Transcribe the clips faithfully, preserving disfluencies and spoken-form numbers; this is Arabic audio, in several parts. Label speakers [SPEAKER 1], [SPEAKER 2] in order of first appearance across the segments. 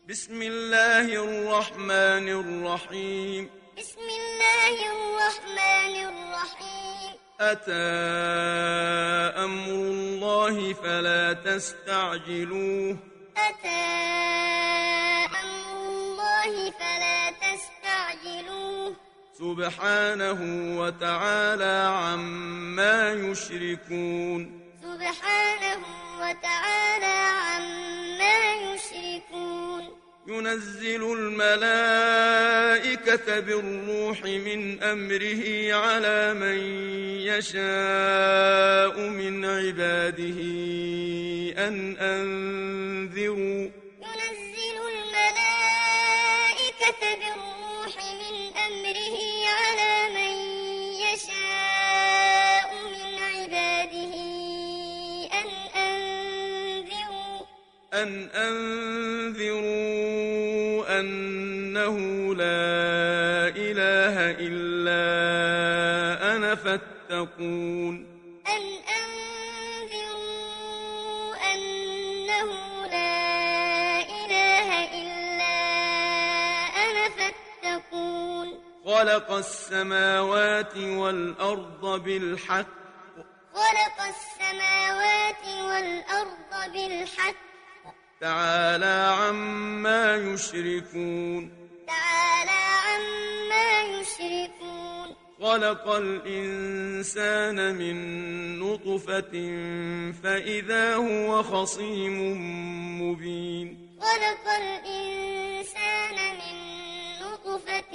[SPEAKER 1] بسم الله الرحمن الرحيم
[SPEAKER 2] بسم الله الرحمن الرحيم
[SPEAKER 1] أتى أمر الله فلا تستعجلوه
[SPEAKER 2] أتى أمر الله فلا تستعجلوه
[SPEAKER 1] سبحانه وتعالى عما يشركون
[SPEAKER 2] سبحانه وتعالى عما يشركون
[SPEAKER 1] ينزل الملائكة بالروح من أمره على من يشاء من عباده أن أنذروا
[SPEAKER 2] ينزل الملائكة بالروح من أمره على من يشاء من عباده أن أنذروا
[SPEAKER 1] أن أنذروا أنه لا إله إلا أنا فاتقون
[SPEAKER 2] أن أنذروا أنه لا إله إلا أنا فاتقون
[SPEAKER 1] خلق السماوات والأرض بالحق
[SPEAKER 2] خلق السماوات والأرض بالحق
[SPEAKER 1] تعالى عما يشركون
[SPEAKER 2] تعالى عما يشركون
[SPEAKER 1] خلق الإنسان من نطفة فإذا هو خصيم مبين
[SPEAKER 2] خلق الإنسان من نطفة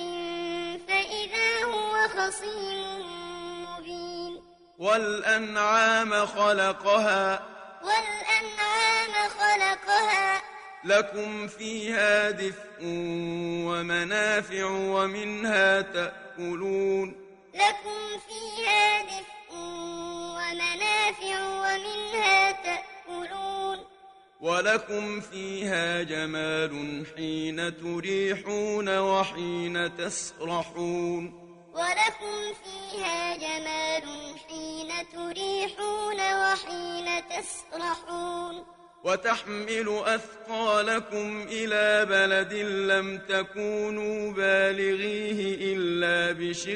[SPEAKER 2] فإذا هو خصيم مبين
[SPEAKER 1] والأنعام خلقها
[SPEAKER 2] والأنعام خلقها
[SPEAKER 1] لكم فيها دفء ومنافع ومنها تأكلون
[SPEAKER 2] لكم فيها دفء ومنافع ومنها تأكلون
[SPEAKER 1] ولكم فيها جمال حين تريحون وحين تسرحون
[SPEAKER 2] ولكم فيها جمال حين تريحون وحين تسرحون
[SPEAKER 1] وتحمل أثقالكم إلى بلد لم تكونوا بالغيه إلا بشق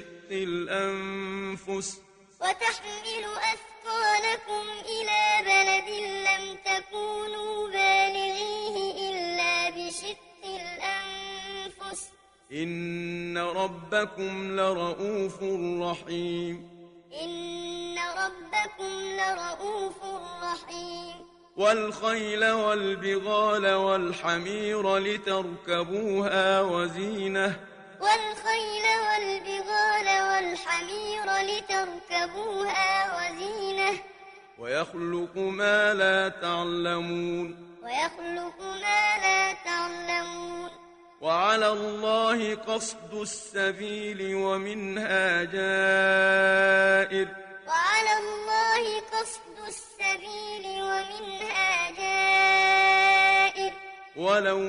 [SPEAKER 1] الأنفس
[SPEAKER 2] وتحمل أثقالكم إلى بلد لم تكونوا بالغيه إلا بشق الأنفس
[SPEAKER 1] إن ربكم لرؤوف رحيم
[SPEAKER 2] إن ربكم لرؤوف رحيم
[SPEAKER 1] والخيل والبغال والحمير لتركبوها وزينة
[SPEAKER 2] والخيل والبغال والحمير لتركبوها وزينة
[SPEAKER 1] ويخلق ما لا تعلمون
[SPEAKER 2] ويخلق ما لا تعلمون
[SPEAKER 1] وعلى الله قصد السبيل ومنها جائر
[SPEAKER 2] وعلى الله قصد السبيل ومنها جائر
[SPEAKER 1] ولو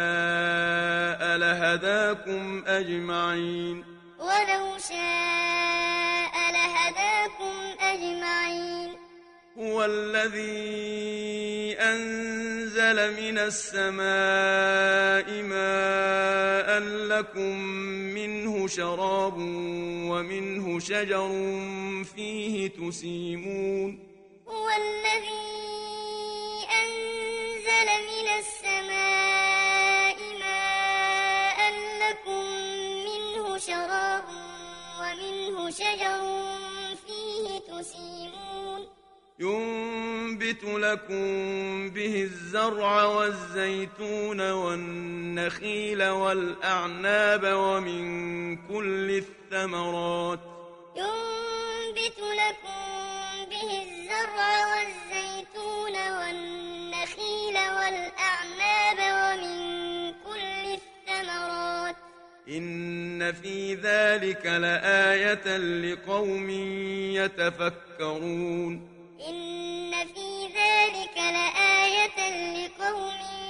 [SPEAKER 1] شاء لهداكم أجمعين
[SPEAKER 2] ولو شاء لهداكم أجمعين
[SPEAKER 1] هو الذي أنزل من السماء ماء لكم منه شراب ومنه شجر فيه تسيمون
[SPEAKER 2] هو الذي أنزل من السماء ماء لكم منه شراب ومنه شجر فيه تسيمون
[SPEAKER 1] ينبت لكم به الزرع والزيتون والنخيل والأعناب ومن كل الثمرات
[SPEAKER 2] ينبت لكم به الزرع والزيتون والنخيل والأعناب ومن كل الثمرات
[SPEAKER 1] إن في ذلك لآية لقوم يتفكرون
[SPEAKER 2] إن في ذلك لآية لقوم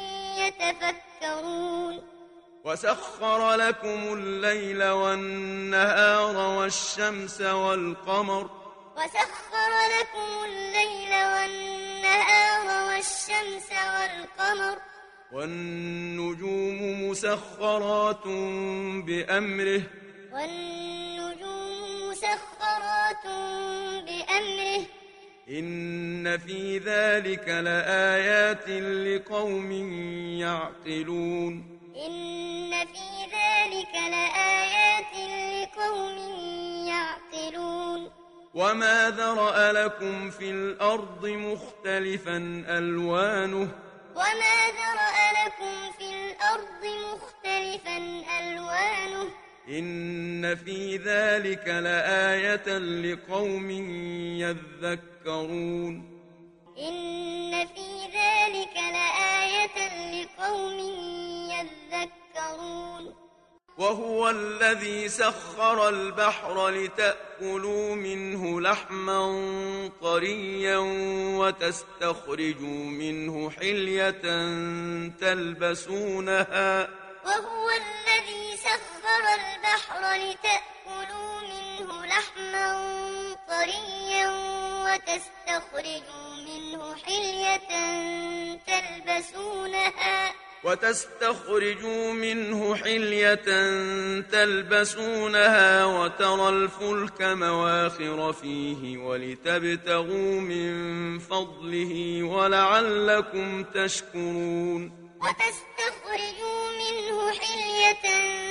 [SPEAKER 2] يتفكرون
[SPEAKER 1] وسخر لكم الليل والنهار والشمس والقمر
[SPEAKER 2] وسخر لكم الليل والنهار والشمس والقمر
[SPEAKER 1] والنجوم مسخرات بأمره
[SPEAKER 2] والنجوم مسخرات بأمره
[SPEAKER 1] إن في ذلك لآيات لقوم يعقلون
[SPEAKER 2] إن في ذلك لآيات لقوم يعقلون
[SPEAKER 1] وما ذرأ لكم في الأرض مختلفا ألوانه
[SPEAKER 2] وما ذرأ لكم في الأرض مختلفا ألوانه
[SPEAKER 1] إن في ذلك لآية لقوم يذكرون
[SPEAKER 2] إن في ذلك لآية لقوم يذكرون
[SPEAKER 1] وهو الذي سخر البحر لتأكلوا منه لحما طريا وتستخرجوا منه حلية تلبسونها
[SPEAKER 2] وهو الذي سخر البحر لتأكلوا منه لحما طريا وتستخرجوا منه حلية تلبسونها
[SPEAKER 1] وتستخرجوا منه حلية تلبسونها وترى الفلك مواخر فيه ولتبتغوا من فضله ولعلكم تشكرون
[SPEAKER 2] وتستخرجوا منه حلية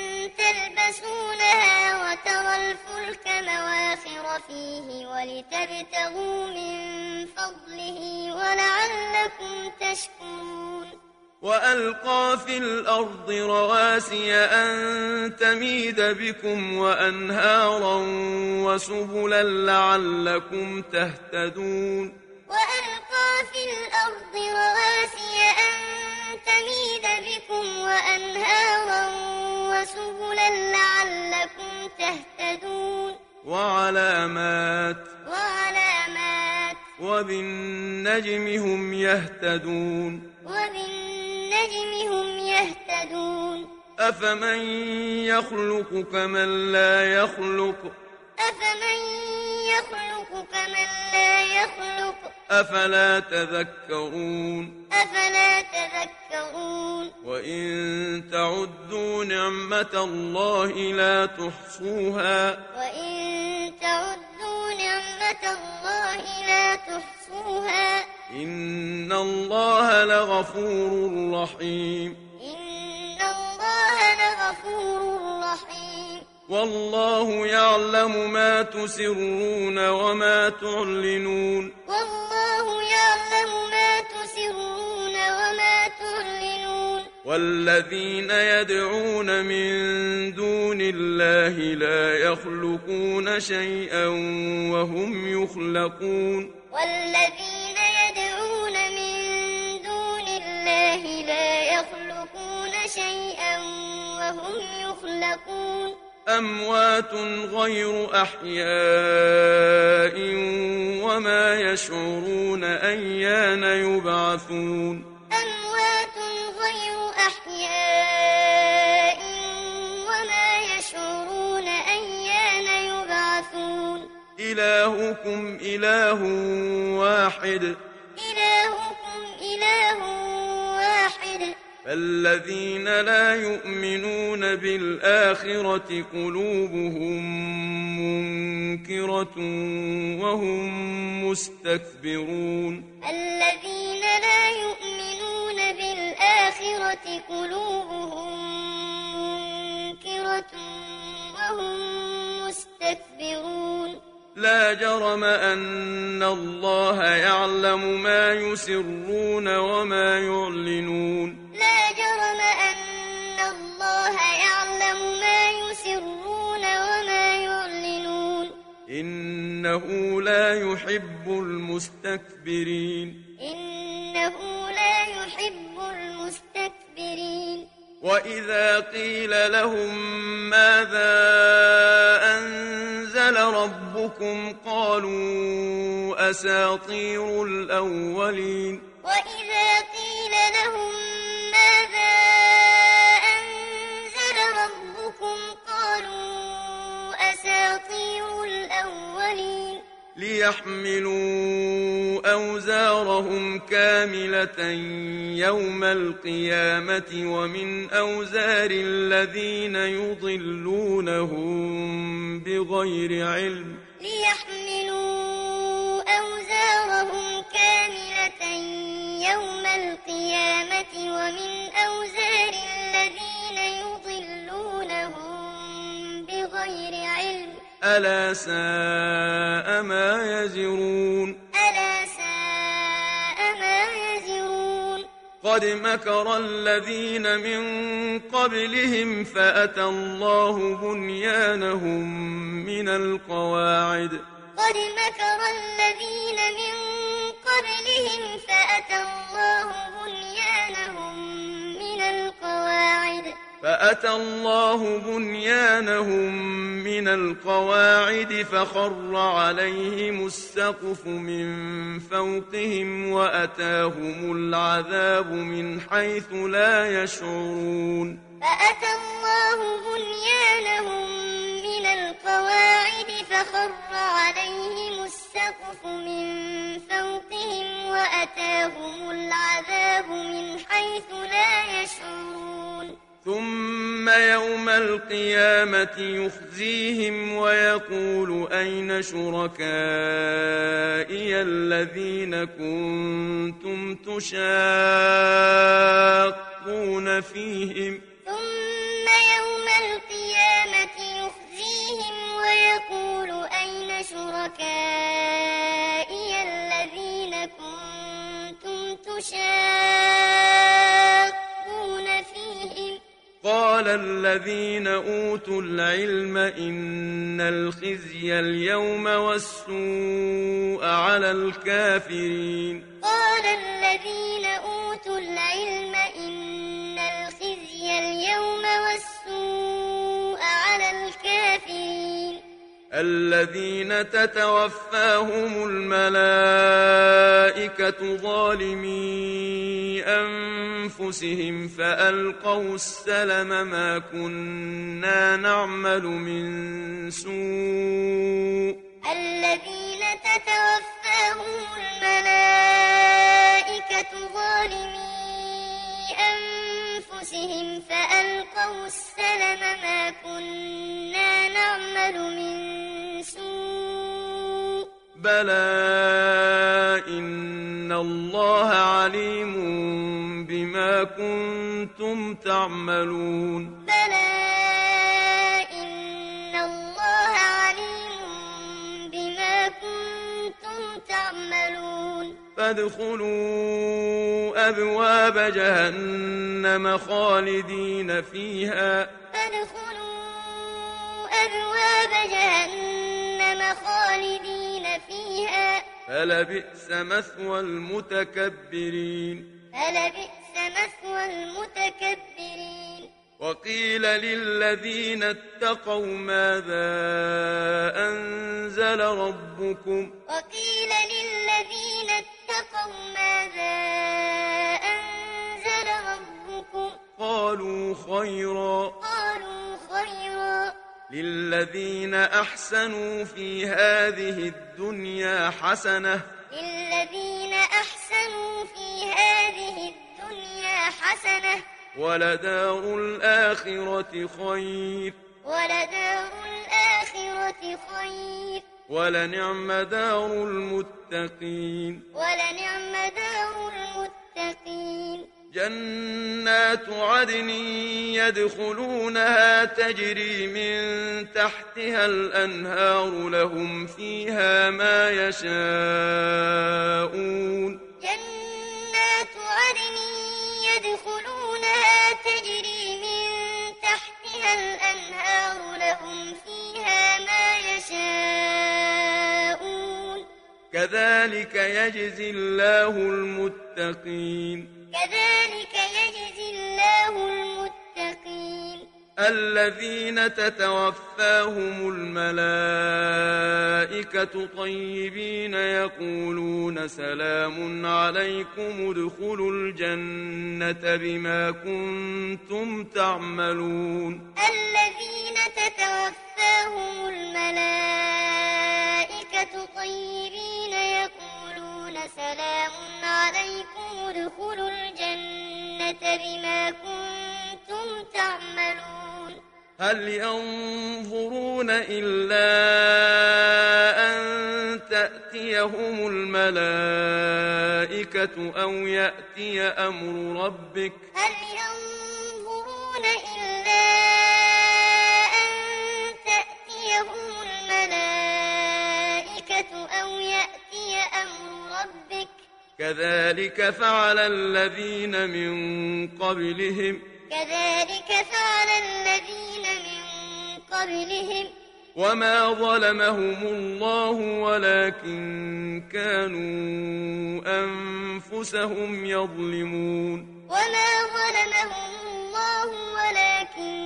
[SPEAKER 2] تلبسونها وترى الفلك مواخر فيه ولتبتغوا من فضله ولعلكم تشكرون
[SPEAKER 1] وألقى في الأرض رواسي أن تميد بكم وأنهارا وسبلا لعلكم تهتدون
[SPEAKER 2] وألقى في الأرض رواسي أن تميد بكم وأنهارا وسبلا لعلكم تهتدون
[SPEAKER 1] وعلامات
[SPEAKER 2] وعلامات
[SPEAKER 1] وبالنجم هم يهتدون
[SPEAKER 2] وبالنجم هم يهتدون
[SPEAKER 1] أفمن يخلق كمن لا يخلق
[SPEAKER 2] أفمن يخلق كمن لا يخلق
[SPEAKER 1] أفلا تذكرون
[SPEAKER 2] أفلا تذكرون
[SPEAKER 1] وإن تعدوا نعمة الله لا تحصوها
[SPEAKER 2] وإن تعدوا نعمة الله لا تحصوها
[SPEAKER 1] إن الله لغفور رحيم
[SPEAKER 2] إن الله لغفور رحيم
[SPEAKER 1] والله يعلم ما تسرون وما تعلنون
[SPEAKER 2] والله يعلم ما تسرون وما تعلنون
[SPEAKER 1] والذين يدعون من دون الله لا يخلقون شيئا وهم يخلقون
[SPEAKER 2] والذين يدعون من دون الله لا يخلقون شيئا وهم يخلقون
[SPEAKER 1] أموات غير أحياء وما يشعرون أيان يبعثون
[SPEAKER 2] أموات غير أحياء وما يشعرون أيان يبعثون
[SPEAKER 1] إلهكم إله واحد
[SPEAKER 2] إلهكم إله واحد
[SPEAKER 1] فالذين لا يؤمنون بالآخرة قلوبهم منكرة وهم مستكبرون
[SPEAKER 2] الذين لا يؤمنون بالآخرة قلوبهم منكرة وهم مستكبرون
[SPEAKER 1] لا جرم أن الله يعلم ما يسرون وما يعلنون
[SPEAKER 2] لا جرم أن الله يعلم ما يسرون وما يعلنون
[SPEAKER 1] إنه لا يحب المستكبرين
[SPEAKER 2] إنه لا يحب المستكبرين
[SPEAKER 1] وإذا قيل لهم ماذا أنزل ربكم قالوا أساطير الأولين
[SPEAKER 2] وإذا قيل لهم ماذا أنزل ربكم قالوا أساطير الأولين
[SPEAKER 1] ليحملوا أوزارهم كاملة يوم القيامة ومن أوزار الذين يضلونهم بغير علم
[SPEAKER 2] ليحملوا أوزارهم كاملة يوم القيامة ومن أوزار الذين يضلونهم بغير علم
[SPEAKER 1] ألا ساء ما يزرون
[SPEAKER 2] ألا ساء ما يزرون
[SPEAKER 1] قد مكر الذين من قبلهم فأتى الله بنيانهم من القواعد
[SPEAKER 2] قد مكر الذين من قبلهم فأتى الله بنيانهم من القواعد
[SPEAKER 1] فأتى الله بنيانهم من القواعد فخر عليهم السقف من فوقهم وأتاهم العذاب من حيث لا يشعرون
[SPEAKER 2] فأتى الله بنيانهم من القواعد فخر عليهم السقف من فوقهم وأتاهم العذاب من حيث لا يشعرون
[SPEAKER 1] ثم يوم القيامة يخزيهم ويقول أين شركائي الذين كنتم تشاقون فيهم
[SPEAKER 2] ثم يوم القيامة يخزيهم ويقول أين شركائي الذين كنتم تشاقون فيهم
[SPEAKER 1] قال الذين أوتوا العلم إن الخزي اليوم والسوء على الكافرين
[SPEAKER 2] قال الذين أوتوا العلم إن الخزي اليوم والسوء على الكافرين
[SPEAKER 1] الذين تتوفاهم الملائكة ظالمي أنفسهم فألقوا السلم ما كنا نعمل من سوء
[SPEAKER 2] الذين تتوفاهم الملائكة ظالمي أنفسهم فألقوا السلم ما كنا نعمل من سوء
[SPEAKER 1] بلى إن الله عليم بما كنتم تعملون
[SPEAKER 2] بلى إن الله عليم بما كنتم تعملون
[SPEAKER 1] فادخلوا أبواب جهنم خالدين فيها
[SPEAKER 2] فادخلوا أبواب جهنم خالدين فيها
[SPEAKER 1] فلبئس مثوى المتكبرين
[SPEAKER 2] فلبئس مثوى المتكبرين
[SPEAKER 1] وقيل للذين اتقوا ماذا أنزل ربكم
[SPEAKER 2] وقيل للذين اتقوا ماذا أنزل ربكم
[SPEAKER 1] قالوا خيرا
[SPEAKER 2] قالوا خيرا
[SPEAKER 1] للذين أحسنوا في هذه الدنيا حسنة
[SPEAKER 2] للذين أحسنوا في هذه الدنيا حسنة
[SPEAKER 1] ولدار الآخرة خير
[SPEAKER 2] ولدار الآخرة خير
[SPEAKER 1] ولنعم دار المتقين
[SPEAKER 2] ولنعم دار المتقين
[SPEAKER 1] جنات عدن يدخلونها تجري من تحتها الأنهار لهم فيها ما يشاءون
[SPEAKER 2] جنات عدن يدخلونها تجري من تحتها الأنهار لهم فيها ما يشاءون
[SPEAKER 1] كذلك يجزي الله المتقين
[SPEAKER 2] كذلك يجزي الله المتقين
[SPEAKER 1] الذين تتوفاهم الملائكة طيبين يقولون سلام عليكم ادخلوا الجنة بما كنتم تعملون
[SPEAKER 2] الذين تتوفاهم الملائكة طيبين يقولون سلام سلام عليكم ادخلوا الجنة بما كنتم تعملون
[SPEAKER 1] هل ينظرون إلا أن تأتيهم الملائكة أو يأتي أمر ربك
[SPEAKER 2] هل ينظرون إلا أن تأتيهم الملائكة أو يأتي أمر ربك
[SPEAKER 1] كذلك فعل الذين من قبلهم
[SPEAKER 2] كذلك فعل الذين من قبلهم
[SPEAKER 1] وما ظلمهم الله ولكن كانوا أنفسهم يظلمون
[SPEAKER 2] وما ظلمهم الله ولكن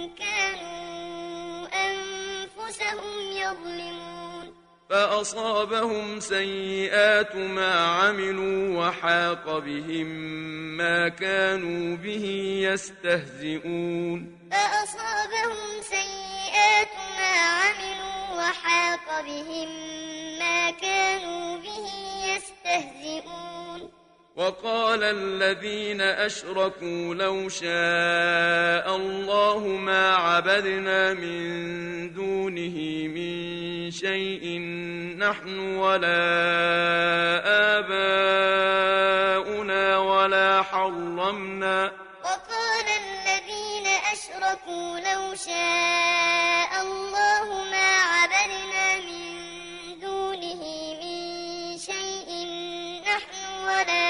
[SPEAKER 2] كانوا أنفسهم يظلمون
[SPEAKER 1] فأصابهم سيئات ما عملوا وحاق بهم ما كانوا به يستهزئون
[SPEAKER 2] فأصابهم سيئات ما عملوا وحاق بهم ما كانوا به يستهزئون
[SPEAKER 1] وقال الذين أشركوا لو شاء الله ما عبدنا من دونه من شيء نحن ولا آباؤنا ولا حرمنا
[SPEAKER 2] وقال الذين أشركوا لو شاء الله ما عبدنا من دونه من شيء نحن ولا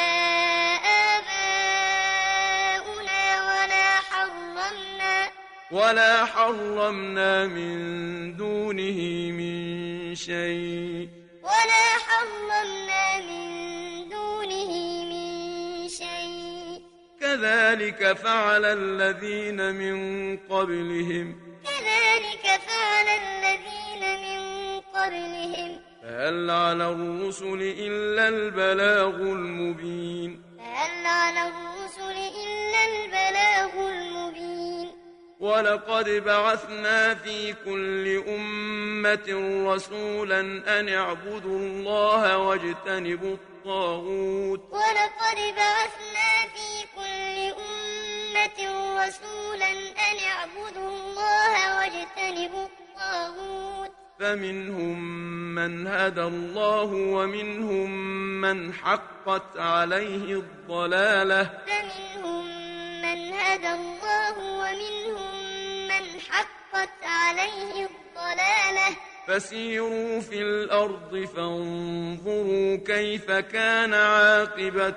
[SPEAKER 2] آباؤنا ولا حرمنا
[SPEAKER 1] ولا حرمنا من دونه من شيء
[SPEAKER 2] ولا حرمنا من دونه من شيء
[SPEAKER 1] كذلك فعل الذين من قبلهم
[SPEAKER 2] كذلك فعل الذين من قبلهم
[SPEAKER 1] فهل على الرسل إلا البلاغ المبين
[SPEAKER 2] فهل على الرسل إلا البلاغ المبين
[SPEAKER 1] ولقد بعثنا في كل أمة رسولا أن اعبدوا الله واجتنبوا الطاغوت
[SPEAKER 2] ولقد بعثنا في كل أمة رسولا أن اعبدوا الله واجتنبوا الطاغوت
[SPEAKER 1] فمنهم من هدى الله ومنهم من حقت عليه الضلالة
[SPEAKER 2] فمنهم من هدى الله ومنهم من حقت عليه الضلالة
[SPEAKER 1] فسيروا في الأرض فانظروا كيف كان عاقبة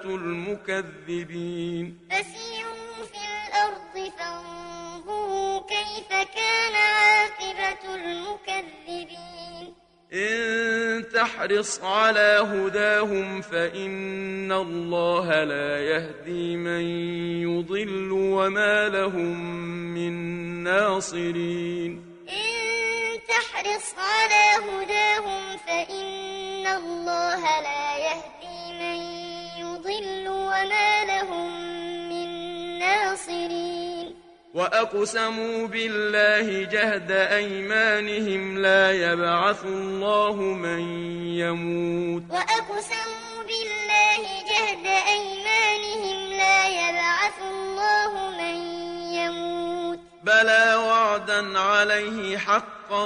[SPEAKER 1] المكذبين
[SPEAKER 2] فسيروا في الأرض فانظروا كيف كان عاقبة المكذبين
[SPEAKER 1] إن تحرص على هداهم فإن الله لا يهدي من يضل وما لهم من ناصرين
[SPEAKER 2] إن تحرص على هداهم فإن الله لا يهدي من يضل وما لهم من ناصرين
[SPEAKER 1] وأقسموا بالله جهد أيمانهم لا يبعث الله من يموت
[SPEAKER 2] وأقسموا بالله جهد أيمانهم لا يبعث الله من يموت
[SPEAKER 1] بلى وعدا عليه حقا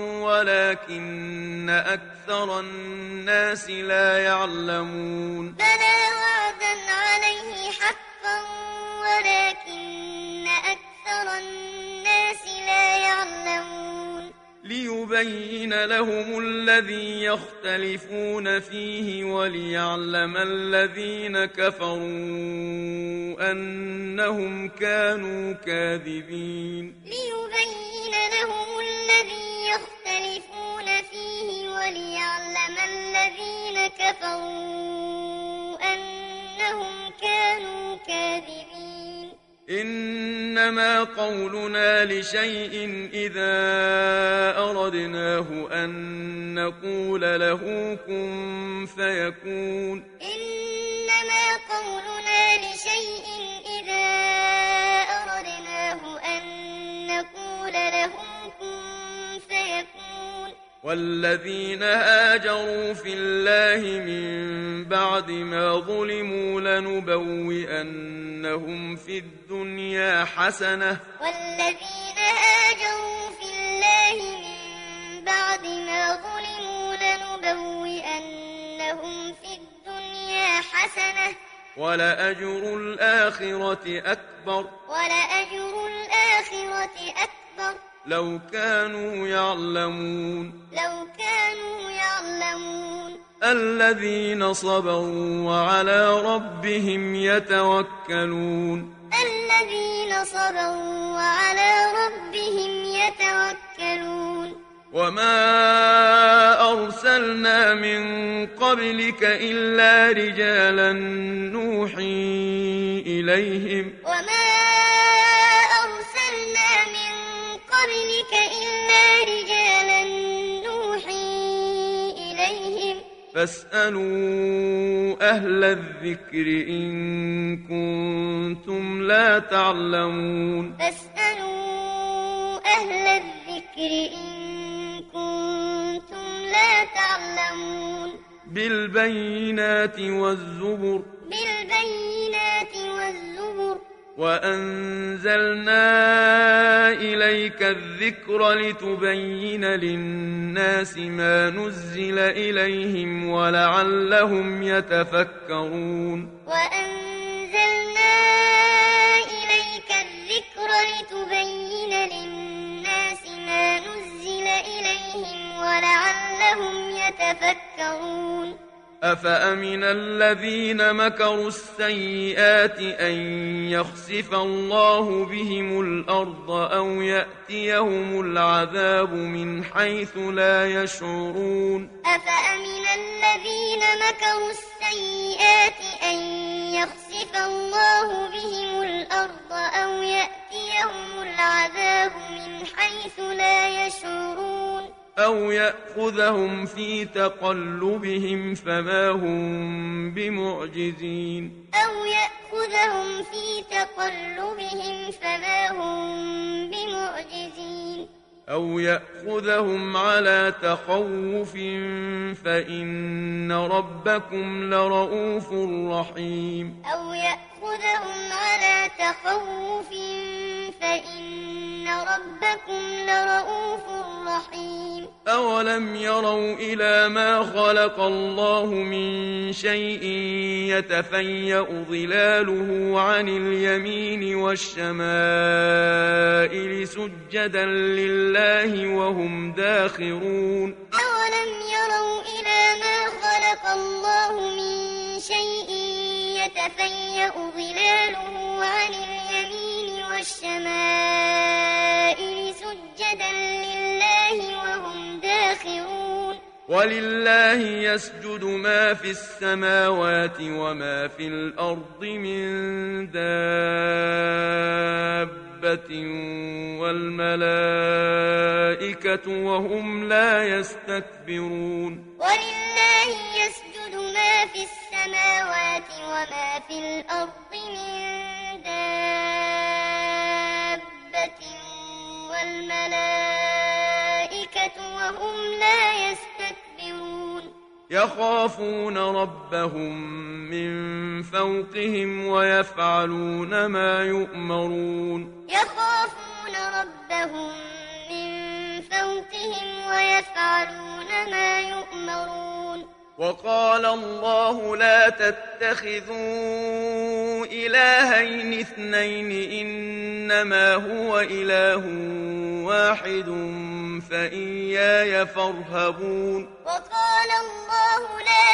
[SPEAKER 1] ولكن أكثر الناس لا يعلمون
[SPEAKER 2] بلى وعدا عليه حقا ولكن أكثر الناس لا يعلمون
[SPEAKER 1] ليبين لهم الذي يختلفون فيه وليعلم الذين كفروا أنهم كانوا كاذبين
[SPEAKER 2] ليبين لهم الذي يختلفون فيه وليعلم الذين كفروا أنهم كانوا كاذبين
[SPEAKER 1] إنما قولنا لشيء إذا أردناه أن نقول له كن فيكون
[SPEAKER 2] إنما قولنا لشيء إذا أردناه أن نقول له كن فيكون
[SPEAKER 1] والذين هاجروا في الله من بعد ما ظلموا لنبوئنهم في الدنيا حسنة
[SPEAKER 2] والذين هاجروا في الله من بعد ما ظلموا لنبوئنهم في الدنيا حسنة
[SPEAKER 1] ولأجر الآخرة أكبر
[SPEAKER 2] ولأجر الآخرة أكبر
[SPEAKER 1] لو كانوا يعلمون
[SPEAKER 2] لو كانوا يعلمون
[SPEAKER 1] الذين صبروا وعلى ربهم يتوكلون
[SPEAKER 2] الذين صبروا وعلى ربهم يتوكلون وما
[SPEAKER 1] أرسلنا من قبلك إلا رجالا نوحي إليهم
[SPEAKER 2] وما أرسلنا من قبلك إلا رجالا نوحي إليهم
[SPEAKER 1] فاسألوا أهل الذكر إن كنتم لا تعلمون
[SPEAKER 2] فاسألوا أهل الذكر إن كنتم لا تعلمون
[SPEAKER 1] بالبينات والزبر
[SPEAKER 2] بالبينات والزبر
[SPEAKER 1] وأنزلنا إليك الذكر لتبين للناس ما نزل إليهم ولعلهم يتفكرون
[SPEAKER 2] وأنزلنا إليك الذكر لتبين للناس ما نزل إليهم ولعلهم يتفكرون
[SPEAKER 1] أفأمن الذين مكروا السيئات أن يخسف الله بهم الأرض أو يأتيهم العذاب من حيث لا يشعرون
[SPEAKER 2] أفأمن الذين مكروا السيئات أن يخسف الله بهم الأرض أو يأتيهم العذاب من حيث لا يشعرون
[SPEAKER 1] أو يأخذهم في تقلبهم فما هم بمعجزين
[SPEAKER 2] أو يأخذهم في تقلبهم فما هم بمعجزين
[SPEAKER 1] أو يأخذهم على تخوف فإن ربكم لرؤوف رحيم
[SPEAKER 2] أو يأخذهم على تخوف فإن ربكم لرؤوف رحيم
[SPEAKER 1] أولم يروا إلى ما خلق الله من شيء يتفيأ ظلاله عن اليمين والشمائل سجدا لله وهم داخرون
[SPEAKER 2] أولم يروا إلى ما خلق الله من شيء يتفيأ ظلاله عن اليمين والشمائل سجدا لله وهم داخرون
[SPEAKER 1] ولله يسجد ما في السماوات وما في الأرض من دابة والملائكة وهم لا يستكبرون
[SPEAKER 2] ولله يسجد ما في السماوات وما في الأرض من دابة والملائكة وهم لا يستكبرون
[SPEAKER 1] يخافون ربهم من فوقهم ويفعلون ما يؤمرون
[SPEAKER 2] يخافون ربهم من فوقهم ويفعلون ما يؤمرون
[SPEAKER 1] وقال الله لا تتخذوا إلهين اثنين إنما هو إله واحد فإياي فارهبون
[SPEAKER 2] وقال الله لا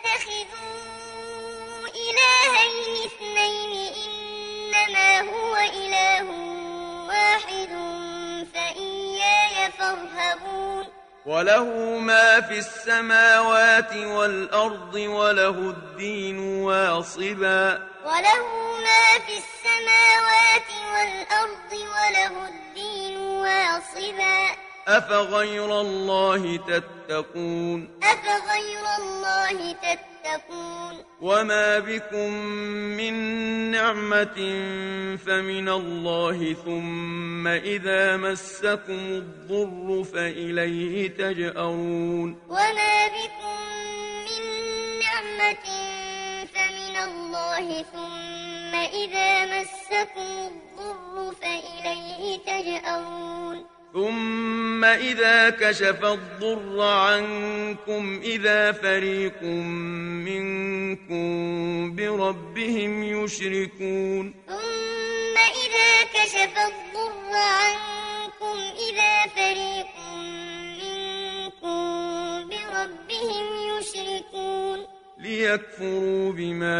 [SPEAKER 2] تتخذوا إلهين اثنين إنما هو إله واحد فإياي فارهبون
[SPEAKER 1] وله ما في السماوات والأرض وله الدين واصبا
[SPEAKER 2] وله ما في السماوات والأرض وله الدين واصبا
[SPEAKER 1] أفغير الله تتقون
[SPEAKER 2] أفغير الله تتقون يتقون
[SPEAKER 1] وما بكم من نعمة فمن الله ثم إذا مسكم الضر فإليه تجأرون
[SPEAKER 2] وما بكم من نعمة فمن الله ثم إذا مسكم الضر فإليه تجأرون
[SPEAKER 1] ثم إذا كشف الضر عنكم إذا فريق منكم بربهم يشركون
[SPEAKER 2] ثم إذا كشف الضر عنكم إذا فريق منكم بربهم يشركون
[SPEAKER 1] ليكفروا بما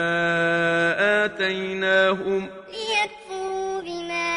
[SPEAKER 1] آتيناهم
[SPEAKER 2] ليكفروا بما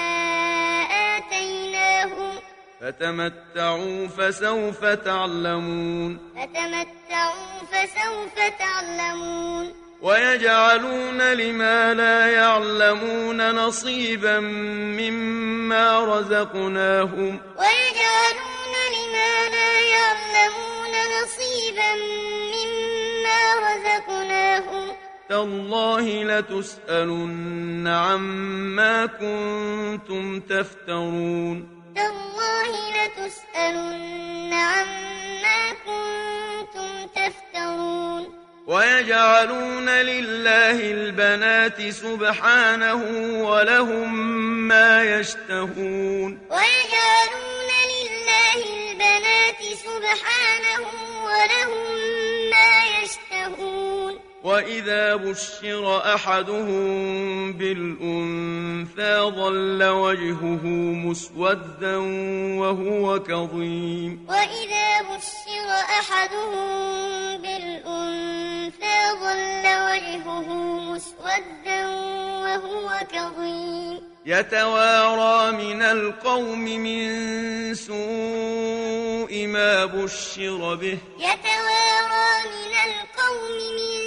[SPEAKER 2] آتيناهم
[SPEAKER 1] فتمتعوا فسوف تعلمون
[SPEAKER 2] فتمتعوا فسوف تعلمون
[SPEAKER 1] ويجعلون لما لا يعلمون نصيبا مما رزقناهم
[SPEAKER 2] ويجعلون لما لا يعلمون نصيبا مما رزقناهم
[SPEAKER 1] تالله لتسألن عما كنتم تفترون
[SPEAKER 2] تالله لتسألن عما كنتم تفترون
[SPEAKER 1] ويجعلون لله البنات سبحانه ولهم ما يشتهون
[SPEAKER 2] ويجعلون لله البنات سبحانه ولهم ما يشتهون
[SPEAKER 1] وإذا بشر أحدهم بالأنثى ظل وجهه مسودا وهو كظيم
[SPEAKER 2] وإذا بشر أحدهم بالأنثى ظل وجهه مسودا وهو كظيم
[SPEAKER 1] يتوارى من القوم من سوء ما بشر به
[SPEAKER 2] يتوارى من القوم من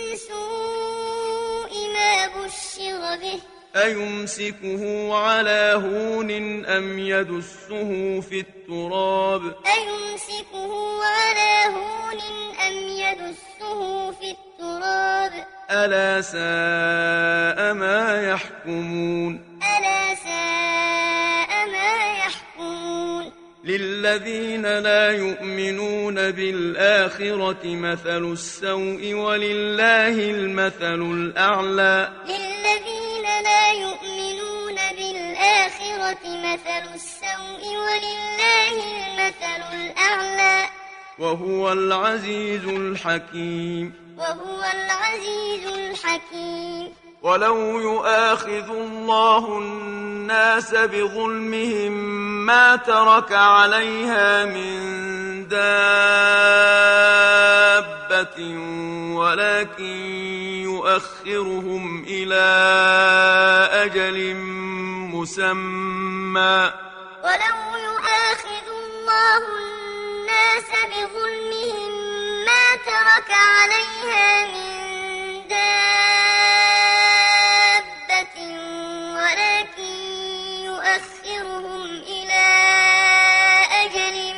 [SPEAKER 2] سوء ما بشر به
[SPEAKER 1] أيمسكه على هون أم يدسه في التراب
[SPEAKER 2] أيمسكه على هون أم يدسه في التراب
[SPEAKER 1] ألا ساء ما يحكمون
[SPEAKER 2] ألا ساء ما يحكمون
[SPEAKER 1] للذين لا يؤمنون بالآخرة مثل السوء ولله المثل الأعلى
[SPEAKER 2] للذين لا يؤمنون بالآخرة مثل السوء ولله المثل الأعلى
[SPEAKER 1] وهو العزيز الحكيم
[SPEAKER 2] وهو العزيز الحكيم
[SPEAKER 1] ولو يؤاخذ الله الناس بظلمهم ما ترك عليها من دابة ولكن يؤخرهم إلى أجل مسمى
[SPEAKER 2] ولو يؤاخذ الله الناس بظلمهم ما ترك عليها من دابة ولكن يؤخرهم إلى أجل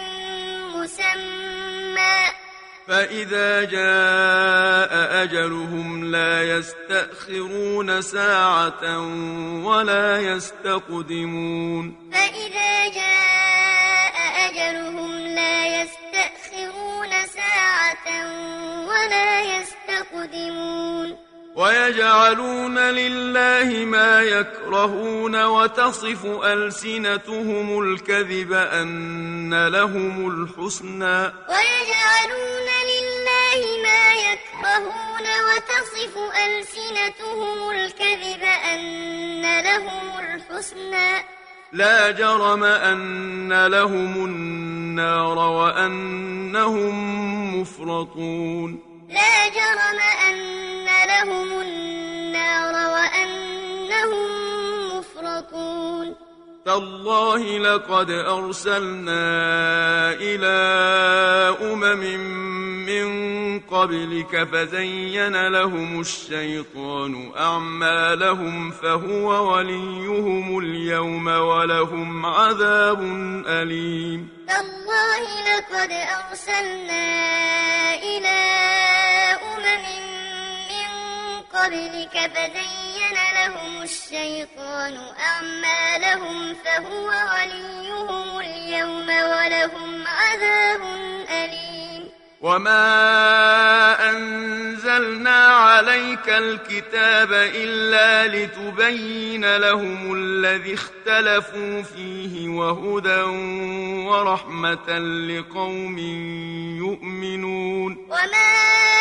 [SPEAKER 2] مسمى
[SPEAKER 1] فإذا جاء أجلهم لا يستأخرون ساعة ولا يستقدمون
[SPEAKER 2] فإذا جاء أجلهم لا يستأخرون ساعة ولا يستقدمون
[SPEAKER 1] ويجعلون لله ما يكرهون وتصف ألسنتهم الكذب أن لهم الحسنى
[SPEAKER 2] ويجعلون لله ما يكرهون وتصف ألسنتهم الكذب أن لهم الحسنى
[SPEAKER 1] لا جرم أن لهم النار وأنهم مفرطون
[SPEAKER 2] لا جرم أن لهم النار وأنهم مفرطون
[SPEAKER 1] تالله لقد أرسلنا إلى أمم من قبلك فزين لهم الشيطان أعمالهم فهو وليهم اليوم ولهم عذاب أليم
[SPEAKER 2] تالله لقد أرسلنا إلى أمم قبلك فزين لهم الشيطان أعمالهم فهو وليهم اليوم ولهم عذاب أليم
[SPEAKER 1] وما أنزلنا عليك الكتاب إلا لتبين لهم الذي اختلفوا فيه وهدى ورحمة لقوم يؤمنون
[SPEAKER 2] وما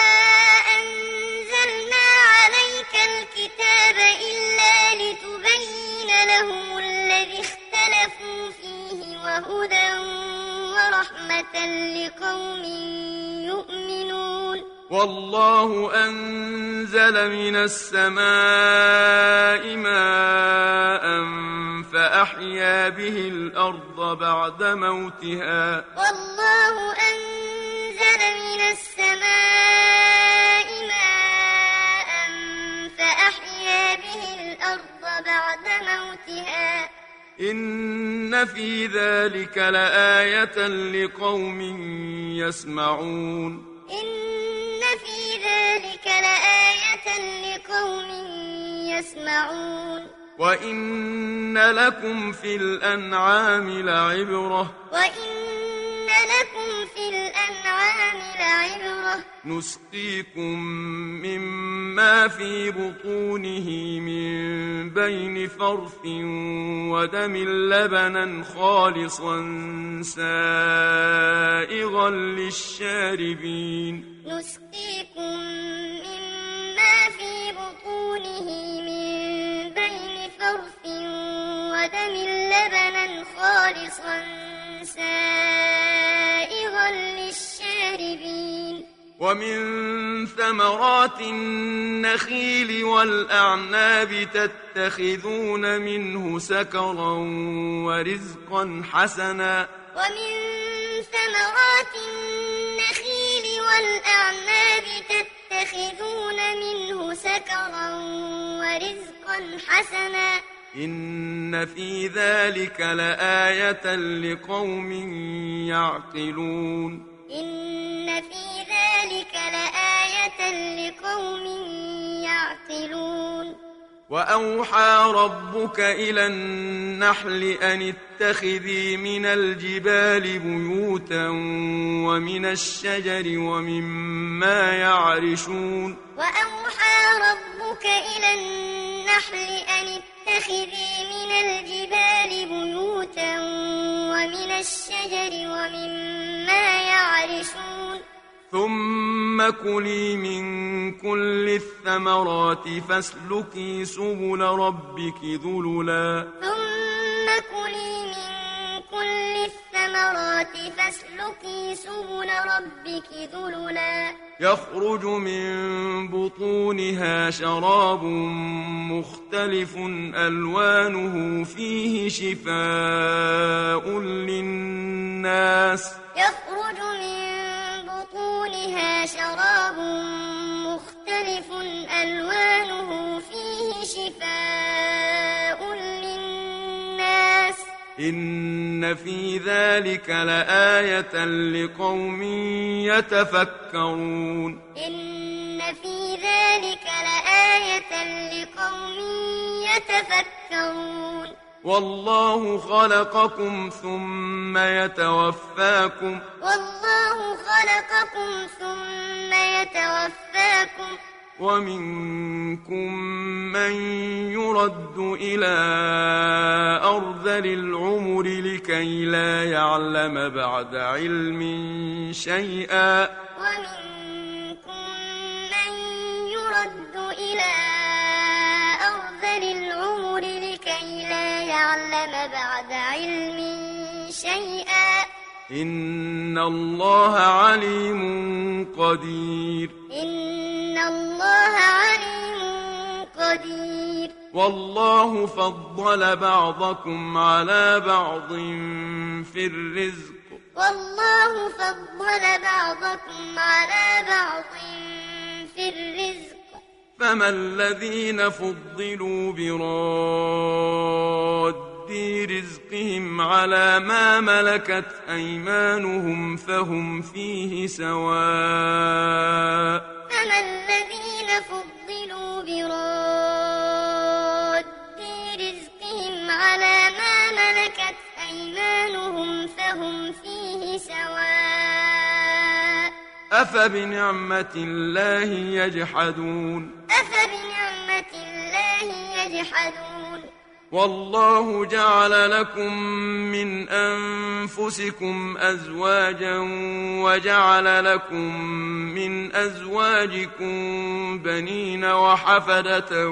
[SPEAKER 2] أنزلنا عليك الكتاب إلا لتبين لهم الذي اختلفوا فيه وهدى ورحمة لقوم يؤمنون
[SPEAKER 1] والله أنزل من السماء ماء فأحيا به الأرض بعد موتها
[SPEAKER 2] والله أنزل من السماء ماء فأحيا به الأرض بعد موتها
[SPEAKER 1] إن في ذلك لآية لقوم يسمعون
[SPEAKER 2] إن في ذلك لآية لقوم يسمعون
[SPEAKER 1] وإن لكم في الأنعام لعبرة
[SPEAKER 2] وإن لكم في الأنعام لعبرة
[SPEAKER 1] نسقيكم مما في بطونه من بين فرث ودم لبنا خالصا سائغا للشاربين
[SPEAKER 2] نسقيكم مما في بطونه من بين فرث ودم لبنا خالصا سائغا للشاربين
[SPEAKER 1] ومن ثمرات النخيل والأعناب تتخذون منه سكرا ورزقا حسنا
[SPEAKER 2] ومن ثمرات النخيل والأعناب تتخذون منه سكرا ورزقا حسنا
[SPEAKER 1] إن في ذلك لآية لقوم يعقلون
[SPEAKER 2] إن في ذلك لآية لقوم يعقلون
[SPEAKER 1] وأوحى ربك إلى النحل أن اتخذي من الجبال بيوتا ومن الشجر ومما يعرشون
[SPEAKER 2] وأوحى ربك إلى النحل أن اتخذي من الجبال بيوتا ومن الشجر ومما يعرشون
[SPEAKER 1] ثم كلي من كل الثمرات فاسلكي سبل ربك ذللا
[SPEAKER 2] ثم كلي من كل الثمرات فاسلكي سبل ربك ذللا
[SPEAKER 1] يخرج من بطونها شراب مختلف ألوانه فيه شفاء للناس
[SPEAKER 2] يخرج من بطونها شراب مختلف ألوانه فيه شفاء للناس
[SPEAKER 1] إن في ذلك لآية لقوم يتفكرون
[SPEAKER 2] إن في ذلك لآية لقوم يتفكرون
[SPEAKER 1] والله خلقكم ثم يتوفاكم
[SPEAKER 2] والله خلقكم ثم يتوفاكم
[SPEAKER 1] ومنكم من يرد إلى أرذل العمر لكي لا يعلم بعد علم شيئا
[SPEAKER 2] ومنكم من يرد إلى أرذل العمر لكي لا يعلم بعد علم شيئا
[SPEAKER 1] إن الله عليم قدير
[SPEAKER 2] إن الله عليم قدير
[SPEAKER 1] والله فضل بعضكم على بعض في الرزق
[SPEAKER 2] والله فضل بعضكم على بعض في الرزق
[SPEAKER 1] فما الذين فضلوا براد رزقهم على ما ملكت أيمانهم فهم فيه سواء
[SPEAKER 2] فما الذين فضلوا برادي رزقهم على ما ملكت أيمانهم فهم فيه سواء
[SPEAKER 1] أفبنعمة الله يجحدون
[SPEAKER 2] أفبنعمة الله يجحدون
[SPEAKER 1] والله جعل لكم من أنفسكم أزواجا وجعل لكم من أزواجكم بنين وحفدة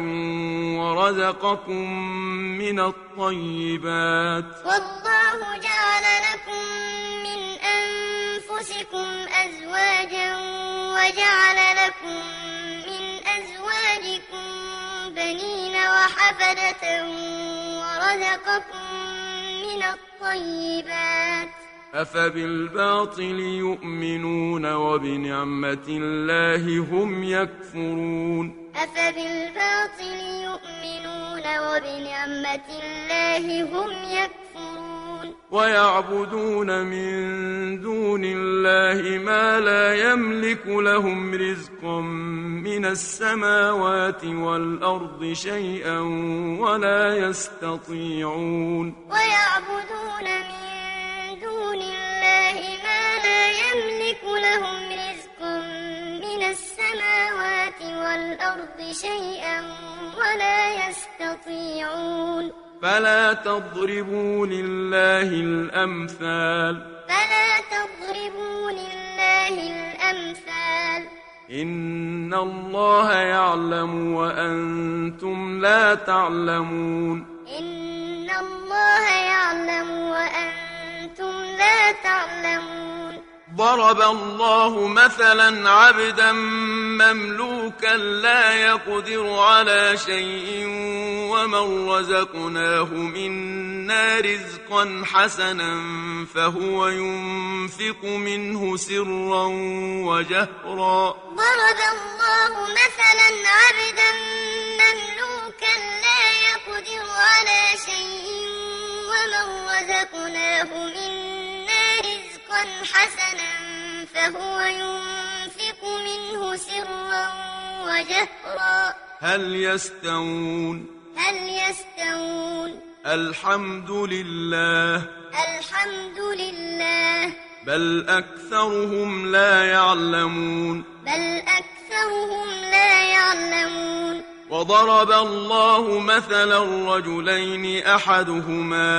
[SPEAKER 1] ورزقكم من الطيبات
[SPEAKER 2] والله جعل لكم من أنفسكم أزواجا وجعل لكم من أزواجكم بنين وحفدة ورزقكم من الطيبات
[SPEAKER 1] أفبالباطل يؤمنون وبنعمة الله هم يكفرون
[SPEAKER 2] أفبالباطل يؤمنون وبنعمة الله هم يكفرون
[SPEAKER 1] ويعبدون من دون الله ما لا يملك لهم رزقا من السماوات والأرض شيئا ولا يستطيعون
[SPEAKER 2] ويعبدون من دون الله ما لا يملك لهم رزقا من السماوات والأرض شيئا ولا يستطيعون
[SPEAKER 1] فلا تضربوا لله الأمثال
[SPEAKER 2] فلا تضربوا لله الأمثال
[SPEAKER 1] إن الله يعلم وأنتم لا تعلمون
[SPEAKER 2] إن الله يعلم وأنتم لا تعلمون
[SPEAKER 1] ضرب الله مثلا عبدا مملوكا لا يقدر على شيء ومن رزقناه منا رزقا حسنا فهو ينفق منه سرا وجهرا
[SPEAKER 2] ضرب الله مثلا عبدا مملوكا لا يقدر على شيء ومن رزقناه منا رزقا حسنا فهو ينفق منه سرا وجهرا
[SPEAKER 1] هل يستوون
[SPEAKER 2] هل يستوون
[SPEAKER 1] الحمد لله
[SPEAKER 2] الحمد لله
[SPEAKER 1] بل أكثرهم لا يعلمون
[SPEAKER 2] بل أكثرهم لا يعلمون
[SPEAKER 1] وضرب الله مثلا رجلين أحدهما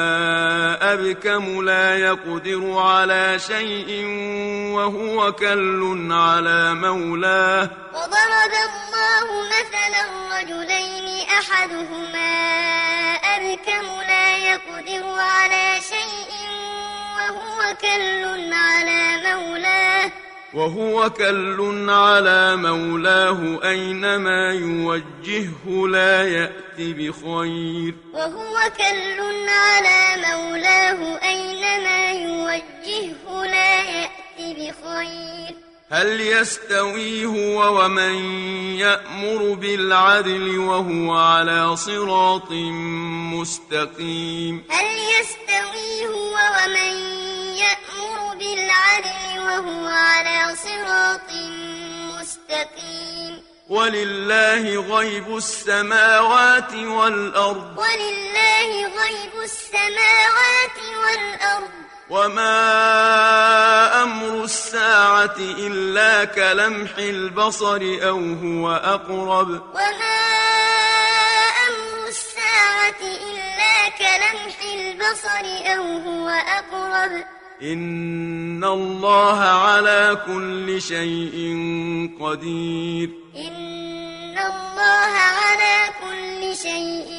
[SPEAKER 1] أبكم لا يقدر على شيء وهو كل على مولاه
[SPEAKER 2] وضرب الله مثلا رجلين أحدهما أبكم لا يقدر على شيء وهو كل على مولاه
[SPEAKER 1] وهو كل على مولاه أينما يوجهه لا يأت بخير
[SPEAKER 2] وهو كل على مولاه أينما يوجهه لا يأت بخير
[SPEAKER 1] هل يستوي هو ومن يأمر بالعدل وهو على صراط مستقيم
[SPEAKER 2] هل يستوي هو ومن يأمر بالعدل وهو على صراط مستقيم
[SPEAKER 1] ولله غيب السماوات والأرض
[SPEAKER 2] ولله غيب السماوات والأرض
[SPEAKER 1] وما أمر الساعة إلا كلمح البصر أو هو أقرب
[SPEAKER 2] وما أمر الساعة إلا كلمح البصر أو هو أقرب
[SPEAKER 1] إن الله على كل شيء قدير
[SPEAKER 2] إن الله على كل شيء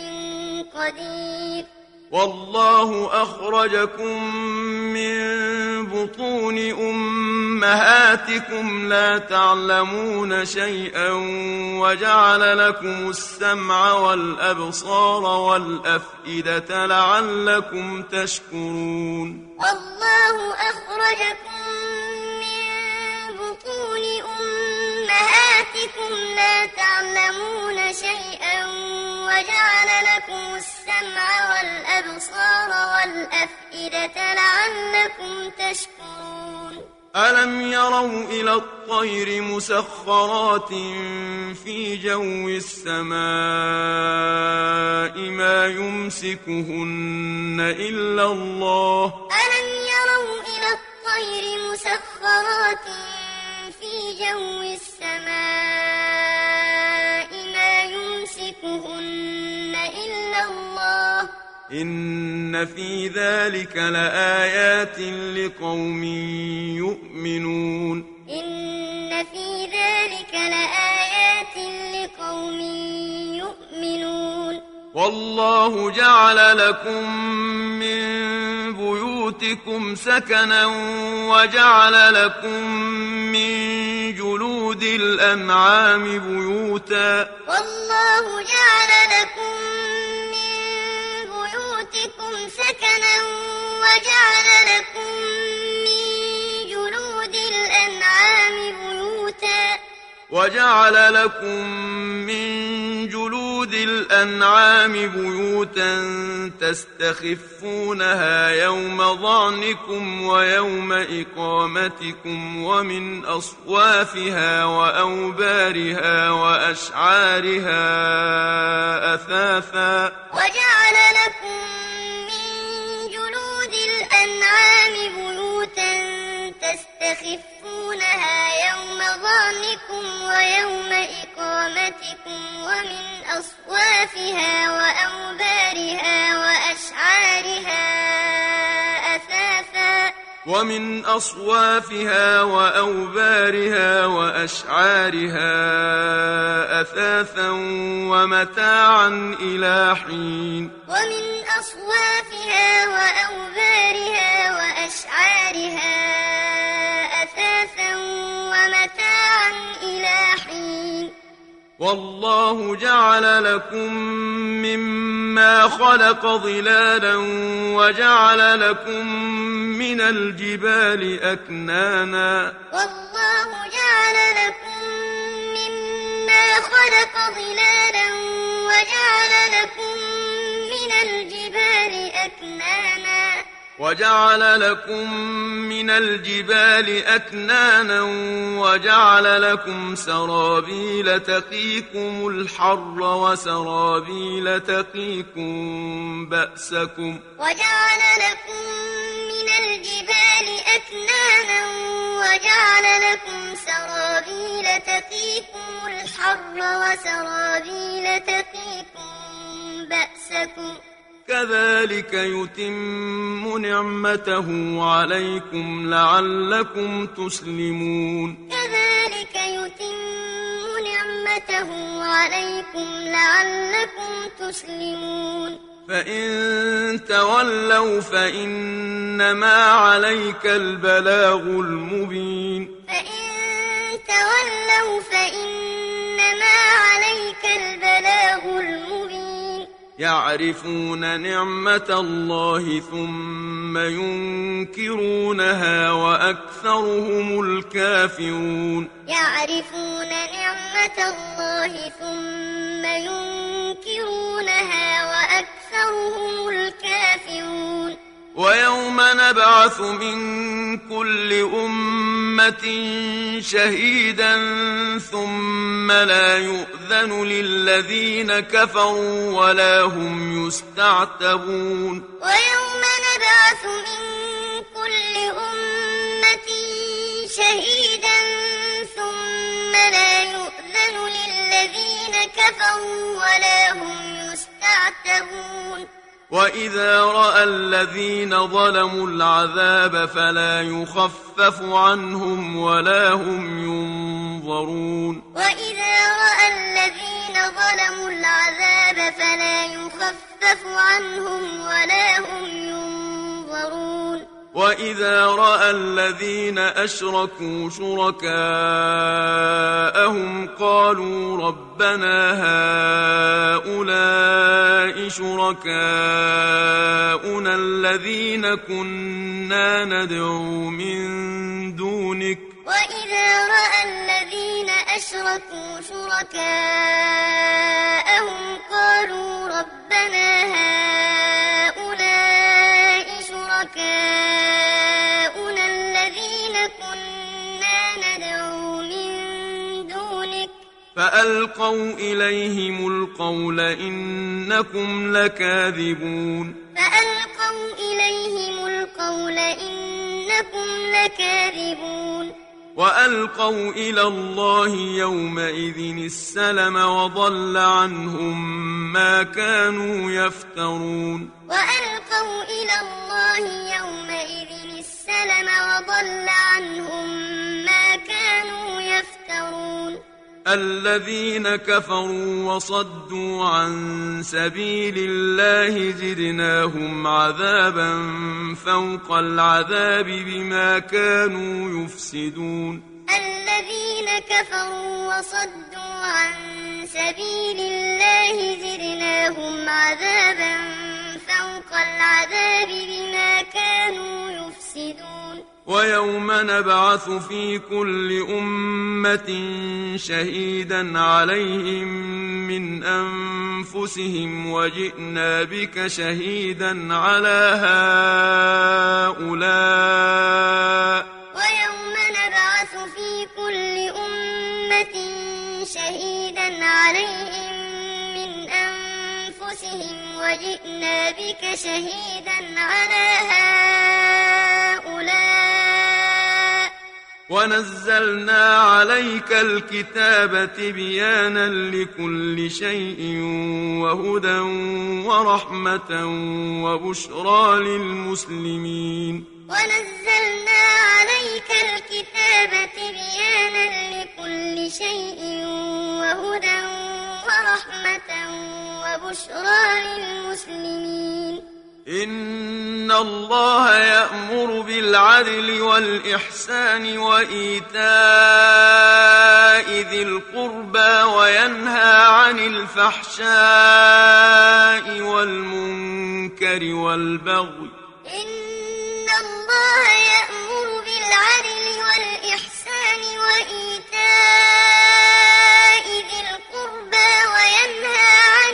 [SPEAKER 2] قدير
[SPEAKER 1] والله أخرجكم من بطون أمهاتكم لا تعلمون شيئا وجعل لكم السمع والأبصار والأفئدة لعلكم تشكرون
[SPEAKER 2] والله أخرجكم من بطون أمهاتكم لا تعلمون شيئا وجعل لكم السمع والأبصار والأفئدة لعلكم تشكرون
[SPEAKER 1] ألم يروا إلى الطير مسخرات في جو السماء ما يمسكهن إلا الله
[SPEAKER 2] ألم يروا إلى الطير مسخرات في جو السماء ما يمسكهن إلا الله
[SPEAKER 1] إن في ذلك لآيات لقوم يؤمنون
[SPEAKER 2] إن في ذلك لآيات لقوم يؤمنون
[SPEAKER 1] والله جعل لكم من بيوتكم سكنا وجعل لكم من جلود الأنعام بيوتا
[SPEAKER 2] والله جعل لكم من بيوتكم سكنا وجعل لكم من جلود الأنعام بيوتا
[SPEAKER 1] وجعل لكم من جلود الأنعام بيوتا تستخفونها يوم ظعنكم ويوم إقامتكم ومن أصوافها وأوبارها وأشعارها أثاثا
[SPEAKER 2] وجعل لكم من جلود الأنعام بيوتا تستخفونها يوم ظعنكم ويوم إقامتكم ومن أصوافها وأوبارها وأشعارها أثاثا
[SPEAKER 1] ومن أصوافها وأوبارها وأشعارها أثاثا ومتاعا إلى حين
[SPEAKER 2] ومن أصوافها وأوبارها وأشعارها أثاثا ومتاعا إلى حين
[SPEAKER 1] والله جعل لكم مما خلق ظلالا وجعل لكم من الجبال أكنانا
[SPEAKER 2] والله جعل لكم مما خلق ظلالا وجعل لكم من الجبال أكنانا
[SPEAKER 1] وجعل لكم من الجبال أكنانا وجعل لكم سرابيل تقيكم الحر وسرابيل تقيكم بأسكم
[SPEAKER 2] وجعل لكم من الجبال أكنانا وجعل لكم سرابيل تقيكم الحر وسرابيل تقيكم بأسكم
[SPEAKER 1] كذلك يتم نعمته عليكم لعلكم تسلمون
[SPEAKER 2] كذلك يتم نعمته عليكم لعلكم تسلمون
[SPEAKER 1] فإن تولوا فإنما عليك البلاغ المبين
[SPEAKER 2] فإن تولوا فإنما عليك البلاغ المبين
[SPEAKER 1] يعرفون نعمة الله ثم ينكرونها وأكثرهم الكافرون
[SPEAKER 2] يعرفون نعمة الله ثم ينكرونها وأكثرهم الكافرون
[SPEAKER 1] ويوم نبعث من كل أمة شهيدا ثم لا يؤذن للذين كفروا ولا هم يستعتبون
[SPEAKER 2] ويوم نبعث من كل أمة شهيدا ثم لا يؤذن للذين كفروا ولا هم يستعتبون
[SPEAKER 1] وإذا رأى الذين ظلموا العذاب فلا يخفف عنهم ولا هم ينظرون
[SPEAKER 2] وإذا رأى الذين ظلموا العذاب فلا يخفف عنهم ولا هم ينظرون
[SPEAKER 1] وإذا رأى الذين أشركوا شركاءهم قالوا ربنا هؤلاء شركاؤنا الذين كنا ندعو من دونك
[SPEAKER 2] وإذا رأى الذين أشركوا شركاءهم قالوا ربنا هؤلاء شركاؤنا الذين كنا
[SPEAKER 1] فألقوا إليهم القول إنكم لكاذبون
[SPEAKER 2] فألقوا إليهم القول إنكم لكاذبون
[SPEAKER 1] وألقوا إلى الله يومئذ السلم وضل عنهم ما كانوا يفترون
[SPEAKER 2] وألقوا إلى الله يومئذ السلم وضل عنهم ما كانوا يفترون
[SPEAKER 1] الذين كفروا وصدوا عن سبيل الله زدناهم عذابا فوق العذاب بما كانوا يفسدون
[SPEAKER 2] الذين كفروا وصدوا عن سبيل الله زدناهم عذابا فوق العذاب بما كانوا يفسدون
[SPEAKER 1] ويوم نبعث في كل أمة شهيدا عليهم من أنفسهم وجئنا بك شهيدا على هؤلاء
[SPEAKER 2] ويوم نبعث في كل أمة شهيدا عليهم من أنفسهم وجئنا بك شهيدا على هؤلاء
[SPEAKER 1] ونزلنا عليك الكتاب تبيانا لكل شيء وهدى ورحمة وبشرى للمسلمين
[SPEAKER 2] ونزلنا عليك الكتاب تبيانا لكل شيء وهدى ورحمة وبشرى للمسلمين
[SPEAKER 1] إن الله يأمر بالعدل والإحسان وإيتاء ذي القربى وينهى عن الفحشاء والمنكر والبغي
[SPEAKER 2] إن الله يأمر بالعدل والإحسان وإيتاء ذي القربى وينهى عن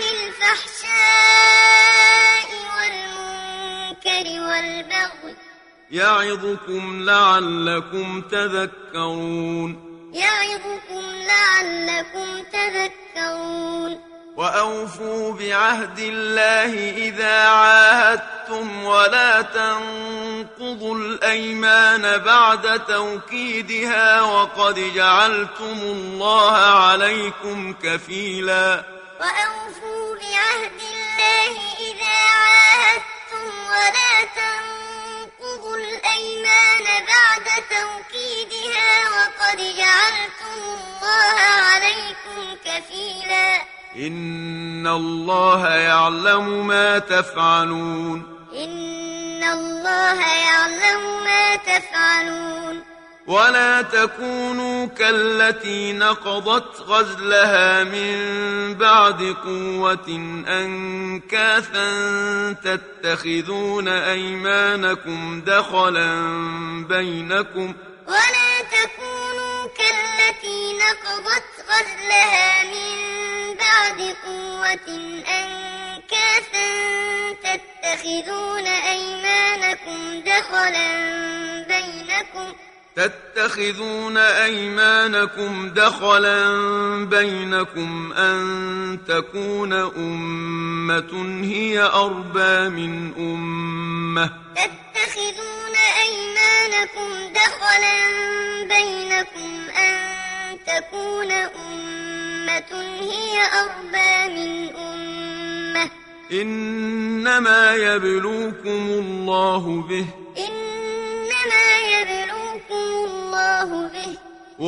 [SPEAKER 2] الفحشاء والمنكر والبغي
[SPEAKER 1] يعظكم لعلكم تذكرون
[SPEAKER 2] يعظكم لعلكم تذكرون
[SPEAKER 1] وأوفوا بعهد الله إذا عاهدتم ولا تنقضوا الأيمان بعد توكيدها وقد جعلتم الله عليكم كفيلا
[SPEAKER 2] وأوفوا بعهد الله إذا عاهدتم ولا تنقضوا الأيمان بعد توكيدها وقد جعلتم الله عليكم كفيلا
[SPEAKER 1] إن الله يعلم ما تفعلون
[SPEAKER 2] إن الله يعلم ما تفعلون
[SPEAKER 1] ولا تكونوا كالتي نقضت غزلها من بعد قوة أنكاثا تتخذون أيمانكم دخلا بينكم
[SPEAKER 2] ولا تكونوا كالتي نقضت غزلها من بعد قوة أنكاثا تتخذون أيمانكم دخلا بينكم
[SPEAKER 1] تتخذون أيمانكم دخلا بينكم أن تكون أمة هي أربى من أمة
[SPEAKER 2] تتخذون أيمانكم دخلا بينكم أن تكون أمة هي أربى من أمة
[SPEAKER 1] إنما يبلوكم الله به
[SPEAKER 2] إنما يبلوكم الله به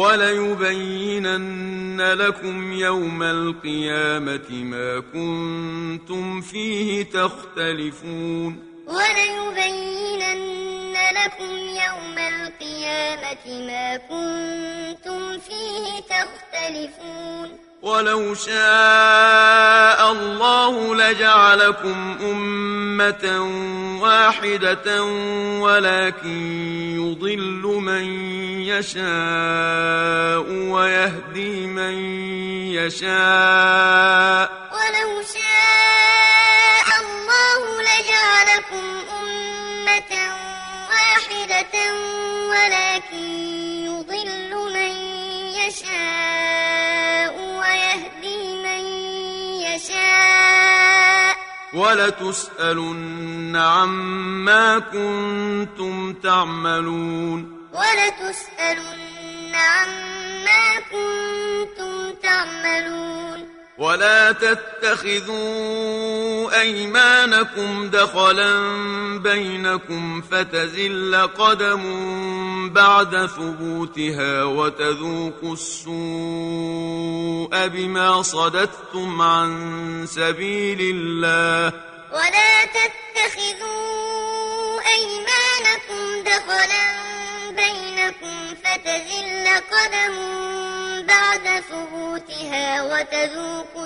[SPEAKER 1] وليبينن لكم يوم القيامة ما كنتم فيه تختلفون
[SPEAKER 2] وليبينن لكم يوم القيامة ما كنتم فيه تختلفون
[SPEAKER 1] ولو شاء الله لجعلكم أمة واحدة ولكن يضل من يشاء ويهدي من يشاء
[SPEAKER 2] ولو شاء الله لجعلكم أمة واحدة ولكن يضل من يشاء ويهدي
[SPEAKER 1] ولتسألن عما كنتم تعملون
[SPEAKER 2] ولتسألن عما كنتم تعملون
[SPEAKER 1] ولا تتخذوا أيمانكم دخلا بينكم فتزل قدم بعد ثبوتها وتذوقوا السوء بما صددتم عن سبيل الله
[SPEAKER 2] ولا تتخذوا أيمانكم دخلا بينكم فتزل قدم بعد ثبوتها وتذوقوا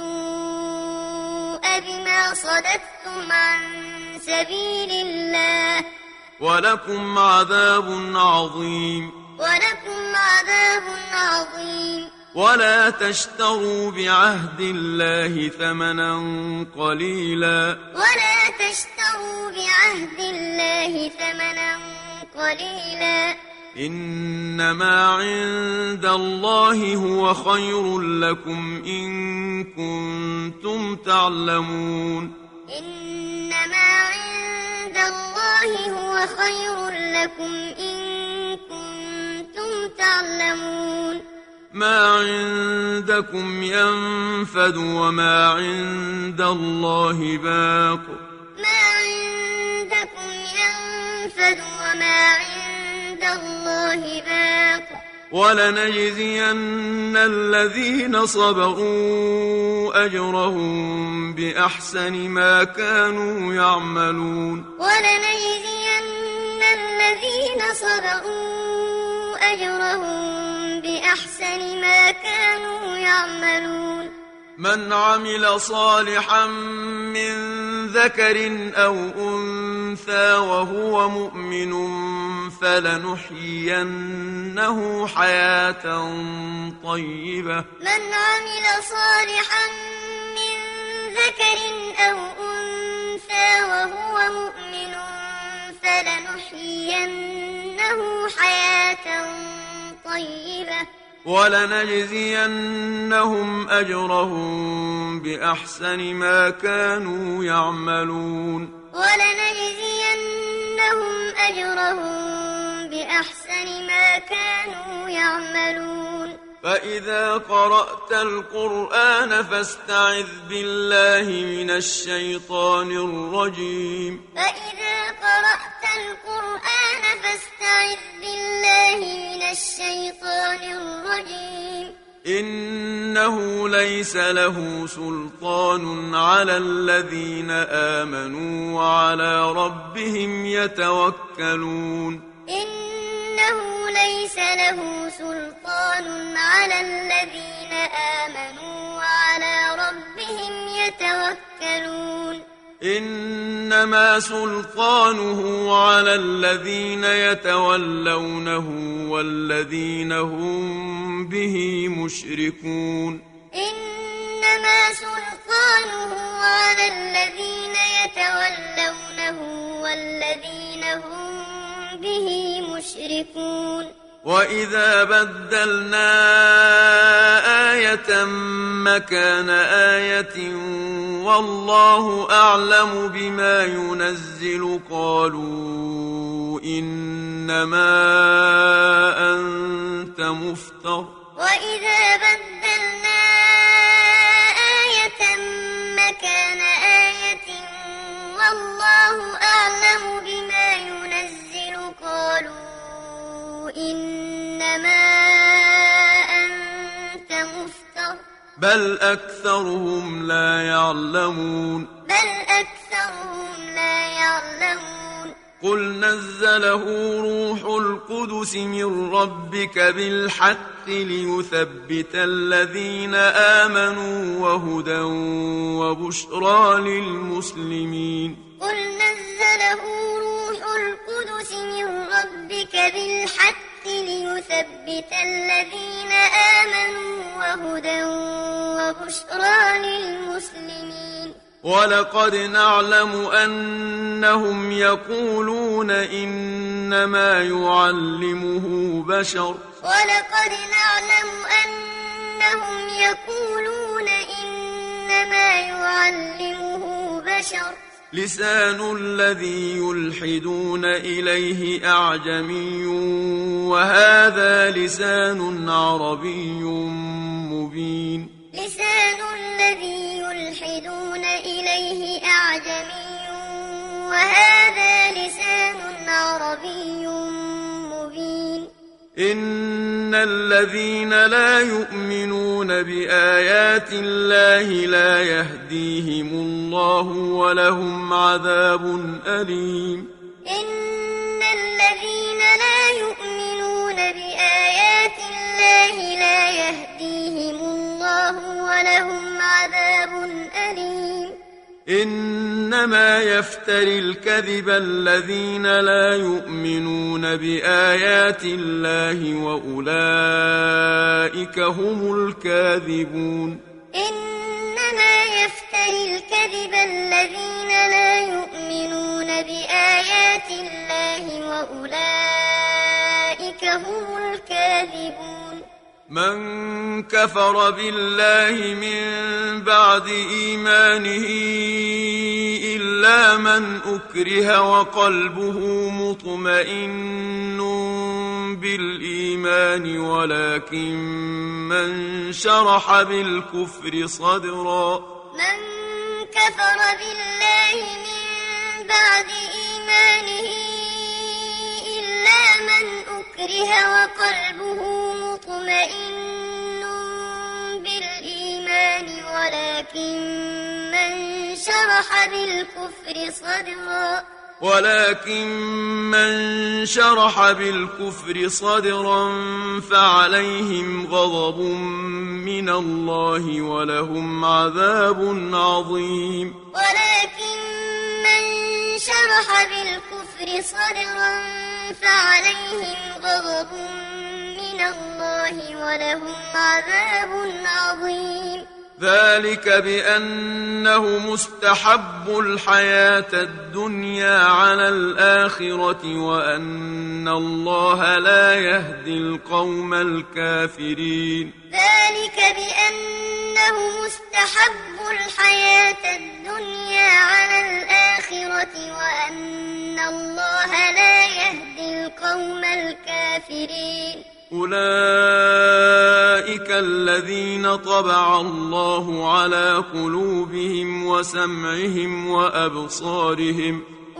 [SPEAKER 2] السوء بما صددتم عن سبيل الله
[SPEAKER 1] ولكم عذاب عظيم
[SPEAKER 2] ولكم عذاب عظيم
[SPEAKER 1] ولا تشتروا بعهد الله ثمنا قليلا
[SPEAKER 2] ولا تشتروا بعهد الله ثمنا قليلا
[SPEAKER 1] إنما عند الله هو خير لكم إن كنتم تعلمون
[SPEAKER 2] إنما عند الله هو خير لكم إن كنتم تعلمون
[SPEAKER 1] ما عندكم ينفد وما عند الله باق
[SPEAKER 2] ما عندكم ينفد وما عند الله باق
[SPEAKER 1] ولنجزين الذين صبروا أجرهم بأحسن ما كانوا يعملون
[SPEAKER 2] ولنجزين الذين صبروا أجرهم بأحسن ما كانوا يعملون
[SPEAKER 1] من عمل صالحا من ذكر أو أنثى وهو مؤمن فلنحيينه حياة طيبة
[SPEAKER 2] من عمل صالحا من ذكر أو أنثى وهو مؤمن فلنحيينه حياة طيبة
[SPEAKER 1] ولنجزينهم أجرهم بأحسن ما كانوا يعملون
[SPEAKER 2] ولنجزينهم أجرهم بأحسن ما كانوا يعملون
[SPEAKER 1] فإذا قرأت القرآن فاستعذ بالله من الشيطان الرجيم
[SPEAKER 2] فإذا قرأت القرآن فاستعذ بالله من الشيطان الرجيم
[SPEAKER 1] إنه ليس له سلطان على الذين آمنوا وعلى ربهم يتوكلون
[SPEAKER 2] إنه ليس له سلطان على الذين آمنوا وعلى ربهم يتوكلون
[SPEAKER 1] إنما سلطانه على الذين يتولونه والذين هم به مشركون
[SPEAKER 2] إنما سلطانه على الذين يتولونه والذين هم به مشركون
[SPEAKER 1] وإذا بدلنا آية مكان آية والله أعلم بما ينزل قالوا إنما أنت مفتر
[SPEAKER 2] وإذا بدلنا آية مكان آية والله أعلم بما ينزل قالوا إنما أنت مفتر
[SPEAKER 1] بل أكثرهم لا يعلمون
[SPEAKER 2] بل أكثرهم لا يعلمون
[SPEAKER 1] قل نزله روح القدس من ربك بالحق ليثبت الذين آمنوا وهدى وبشرى للمسلمين
[SPEAKER 2] قل نزله روح القدس من ربك بالحق ليثبت الذين آمنوا وهدى وبشرى للمسلمين
[SPEAKER 1] ولقد نعلم أنهم يقولون إنما يعلمه بشر
[SPEAKER 2] ولقد نعلم أنهم يقولون إنما يعلمه بشر البشر
[SPEAKER 1] لسان الذي يلحدون إليه أعجمي وهذا لسان عربي مبين
[SPEAKER 2] لسان الذي يلحدون إليه أعجمي وهذا لسان عربي مبين
[SPEAKER 1] إن الذين لا يؤمنون بآيات الله لا يهديهم الله ولهم عذاب أليم
[SPEAKER 2] إن الذين لا يؤمنون بآيات الله لا يهديهم الله ولهم عذاب أليم
[SPEAKER 1] إنما يفتري الكذب الذين لا يؤمنون بآيات الله وأولئك هم الكاذبون
[SPEAKER 2] إنما يفتري الكذب الذين لا يؤمنون بآيات الله وأولئك هم الكاذبون
[SPEAKER 1] من كفر بالله من بعد إيمانه إلا من أكره وقلبه مطمئن بالإيمان ولكن من شرح بالكفر صدرا
[SPEAKER 2] من كفر بالله من بعد إيمانه إلا من أكره وقلبه مطمئن بالإيمان ولكن من شرح بالكفر صدرا
[SPEAKER 1] ولكن من شرح بالكفر صدرا فعليهم غضب من الله ولهم عذاب عظيم
[SPEAKER 2] ولكن من شرح بالكفر صدرا فعليهم غضب من الله ولهم عذاب عظيم
[SPEAKER 1] ذلك بأنه مستحب الحياة الدنيا على الآخرة وأن الله لا يهدي القوم الكافرين
[SPEAKER 2] ذلك بأنه مستحب الحياة الدنيا على الآخرة وأن الله لا يهدي القوم الكافرين
[SPEAKER 1] أولئك الذين طبع الله على قلوبهم وسمعهم وأبصارهم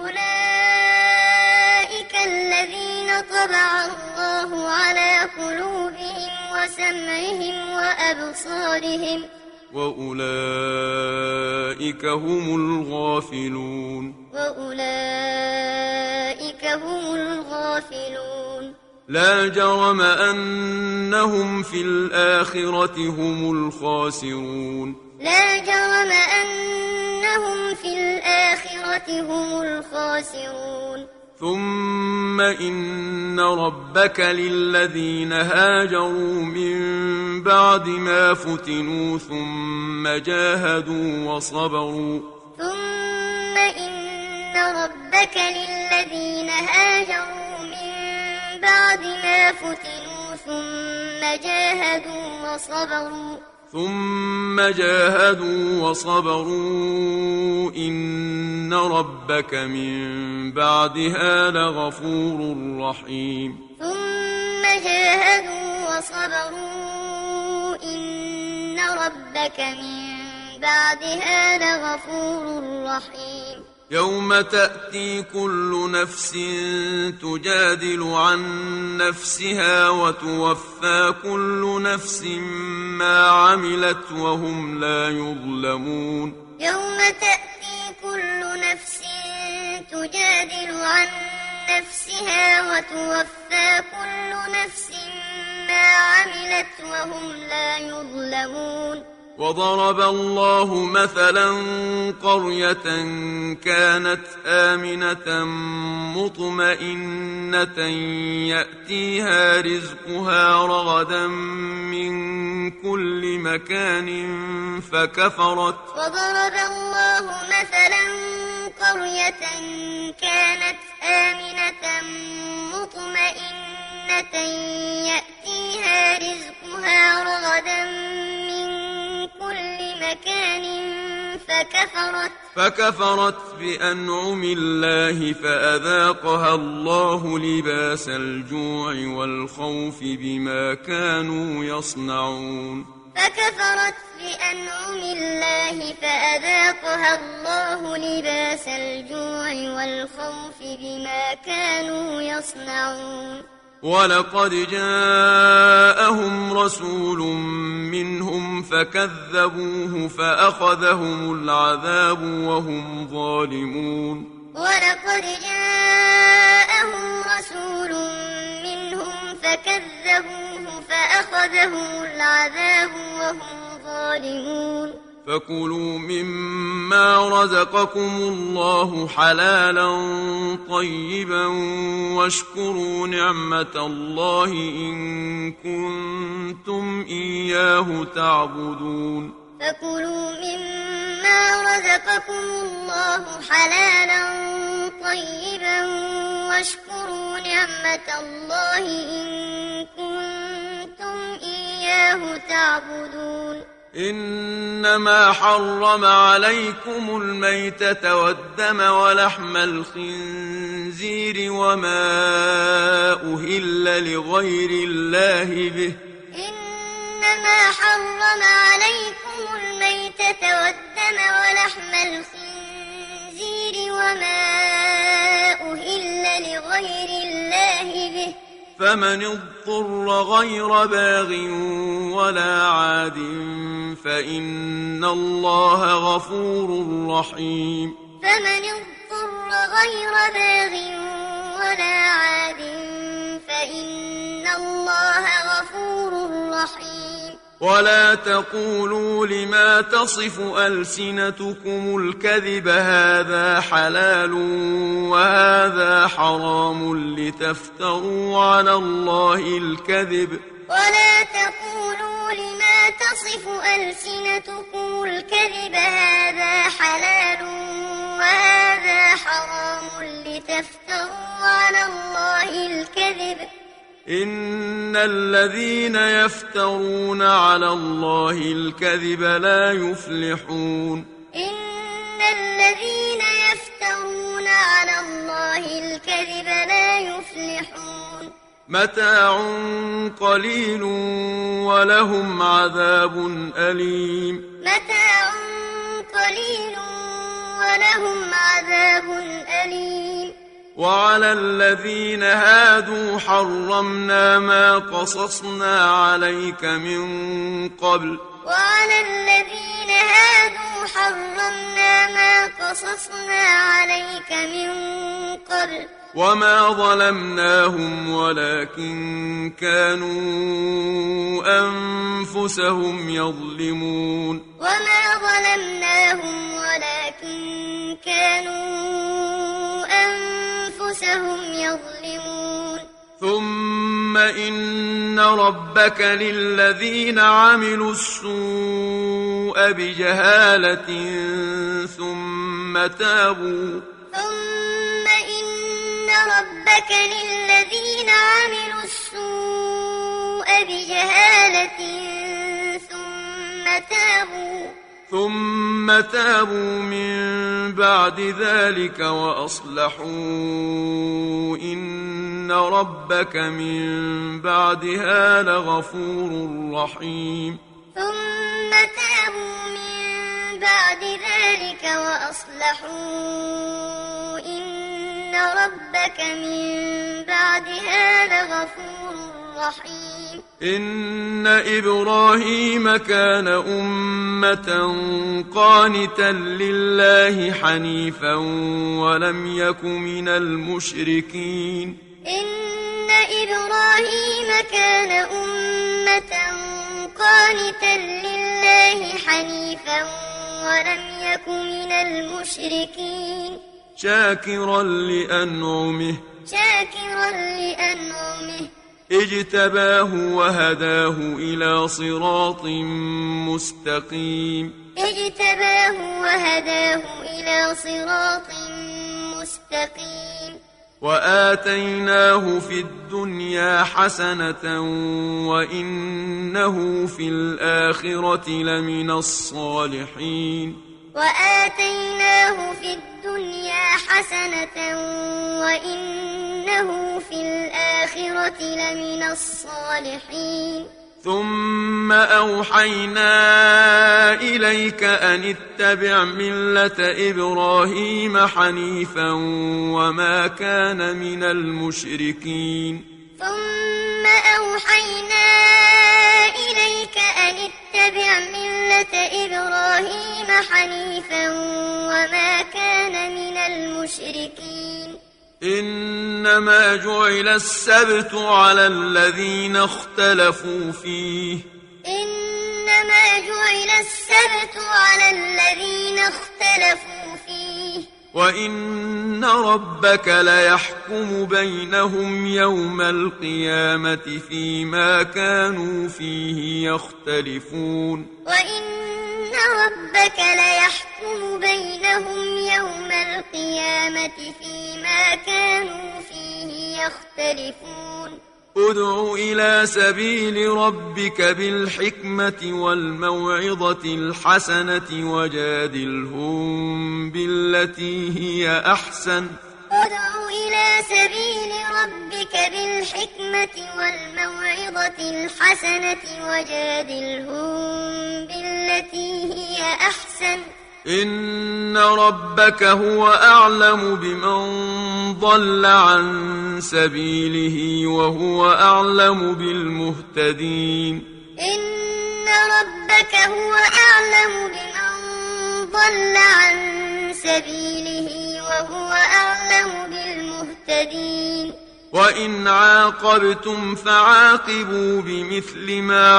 [SPEAKER 2] أولئك الذين طبع الله على قلوبهم وسمعهم وأبصارهم
[SPEAKER 1] وأولئك هم الغافلون
[SPEAKER 2] وأولئك هم الغافلون
[SPEAKER 1] لا جرم أنهم في الآخرة هم الخاسرون
[SPEAKER 2] لا جرم أنهم في الآخرة هم الخاسرون
[SPEAKER 1] ثم إن ربك للذين هاجروا من بعد ما فتنوا ثم جاهدوا وصبروا
[SPEAKER 2] ثم إن ربك للذين هاجروا من بعد ما فتنوا ثم جاهدوا وصبروا
[SPEAKER 1] ثم جاهدوا وصبروا إن ربك من بعدها لغفور رحيم
[SPEAKER 2] ثم جاهدوا وصبروا إن ربك من بعدها لغفور رحيم
[SPEAKER 1] يوم تأتي كل نفس تجادل عن نفسها وتوفى كل نفس ما عملت وهم لا يظلمون
[SPEAKER 2] يوم تأتي كل نفس تجادل عن نفسها وتوفى كل نفس ما عملت وهم لا يظلمون
[SPEAKER 1] وضرب الله مثلا قرية كانت آمنة مطمئنة يأتيها رزقها رغدا من كل مكان فكفرت
[SPEAKER 2] وضرب الله مثلا قرية كانت آمنة مطمئنة يأتيها رزقها رغدا من كل مكان فكفرت
[SPEAKER 1] فكفرت بأنعم الله فأذاقها الله لباس الجوع والخوف بما كانوا يصنعون
[SPEAKER 2] فكفرت بأنعم الله فأذاقها الله لباس الجوع والخوف بما كانوا يصنعون
[SPEAKER 1] ولقد جاءهم رسول منهم فكذبوه فأخذهم العذاب وهم ظالمون
[SPEAKER 2] ولقد جاءهم رسول منهم فكذبوه فأخذهم العذاب وهم ظالمون
[SPEAKER 1] فكلوا مما رزقكم الله حلالا طيبا واشكروا نعمة الله إن كنتم إياه تعبدون
[SPEAKER 2] فكلوا مما رزقكم الله حلالا طيبا واشكروا نعمة الله إن كنتم إياه تعبدون
[SPEAKER 1] إنما حرم عليكم الميتة والدم ولحم الخنزير وما أهل لغير الله به
[SPEAKER 2] إنما حرم عليكم الميتة والدم ولحم الخنزير وما أهل لغير الله به
[SPEAKER 1] فمن اضطر غير باغ ولا عاد فإن الله غفور رحيم
[SPEAKER 2] فمن اضطر غير باغ ولا عاد فإن الله غفور رحيم
[SPEAKER 1] ولا تقولوا لما تصف ألسنتكم الكذب هذا حلال وهذا حرام لتفتروا على الله الكذب
[SPEAKER 2] ولا تقولوا لما تصف ألسنتكم الكذب هذا حلال وهذا حرام لتفتروا على الله الكذب
[SPEAKER 1] إن الذين يفترون على الله الكذب لا يفلحون
[SPEAKER 2] إن الذين يفترون على الله الكذب لا يفلحون
[SPEAKER 1] متاع قليل ولهم عذاب أليم
[SPEAKER 2] متاع قليل ولهم عذاب أليم
[SPEAKER 1] وعلى الذين هادوا حرمنا ما قصصنا عليك من قبل
[SPEAKER 2] وعلى الذين هادوا حرمنا ما قصصنا عليك من قبل
[SPEAKER 1] وما ظلمناهم ولكن كانوا أنفسهم يظلمون
[SPEAKER 2] وما ظلمناهم ولكن كانوا أنفسهم يظلمون
[SPEAKER 1] ثم إن ربك للذين عملوا السوء بجهالة ثم تابوا
[SPEAKER 2] ثم إن ربك للذين عملوا السوء بجهالة ثم تابوا
[SPEAKER 1] ثم تابوا من بعد ذلك وأصلحوا إن ربك من بعدها لغفور رحيم
[SPEAKER 2] ثم تابوا من بعد ذلك وأصلحوا إن ربك من بعدها لغفور رحيم
[SPEAKER 1] إن إبراهيم كان أمة قانتا لله حنيفا ولم يك من المشركين
[SPEAKER 2] إن إبراهيم كان أمة قانتا لله حنيفا ولم يك من المشركين
[SPEAKER 1] شاكرا لأنعمه
[SPEAKER 2] شاكرا لأنعمه
[SPEAKER 1] اجتباه وهداه إلى صراط مستقيم
[SPEAKER 2] اجتباه وهداه إلى صراط مستقيم
[SPEAKER 1] وآتيناه في الدنيا حسنة وإنه في الآخرة لمن الصالحين
[SPEAKER 2] وآتيناه في الدنيا حسنة وإنه في الآخرة لمن الصالحين
[SPEAKER 1] ثم أوحينا إليك أن اتبع ملة إبراهيم حنيفا وما كان من المشركين
[SPEAKER 2] ثم أوحينا إليك أن اتبع ملة إبراهيم حنيفا وما كان من المشركين
[SPEAKER 1] إنما جعل السبت على الذين اختلفوا فيه
[SPEAKER 2] إنما جعل السبت على الذين اختلفوا فيه
[SPEAKER 1] وإن ربك ليحكم بينهم يوم القيامة فيما كانوا فيه يختلفون
[SPEAKER 2] وإن ربك ليحكم بينهم يوم القيامة فيما كانوا فيه يختلفون
[SPEAKER 1] ادع إلى سبيل ربك بالحكمة والموعظة الحسنة وجادلهم بالتي هي أحسن
[SPEAKER 2] ادع إلى سبيل ربك بالحكمة والموعظة الحسنة وجادلهم بالتي هي أحسن
[SPEAKER 1] إن ربك هو أعلم بمن ضل عن سبيله وهو أعلم بالمهتدين
[SPEAKER 2] إن ربك هو أعلم بمن ضل عن سبيله وهو أعلم بالمهتدين
[SPEAKER 1] وإن عاقبتم فعاقبوا بمثل ما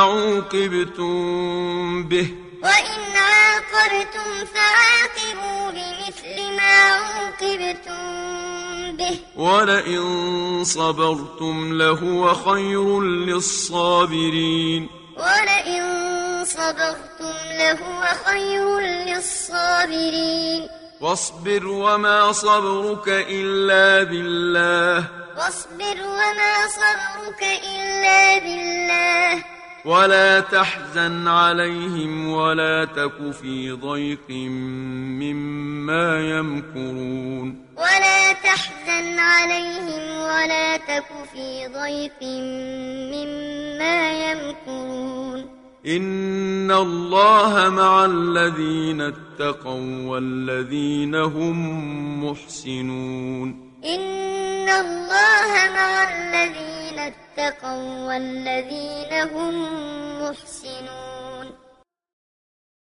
[SPEAKER 1] عوقبتم به
[SPEAKER 2] وإن عاقبتم فعاقبوا بمثل ما عوقبتم به
[SPEAKER 1] ولئن صبرتم لهو خير للصابرين
[SPEAKER 2] ولئن صبرتم لهو خير للصابرين
[SPEAKER 1] واصبر وما صبرك إلا بالله
[SPEAKER 2] واصبر وما صبرك إلا بالله
[SPEAKER 1] ولا تحزن عليهم ولا تك في ضيق مما يمكرون
[SPEAKER 2] ولا تحزن عليهم ولا تك في ضيق مما يمكرون
[SPEAKER 1] إن الله مع الذين اتقوا والذين هم محسنون
[SPEAKER 2] إن الله مع الذين اتقوا والذين هم محسنون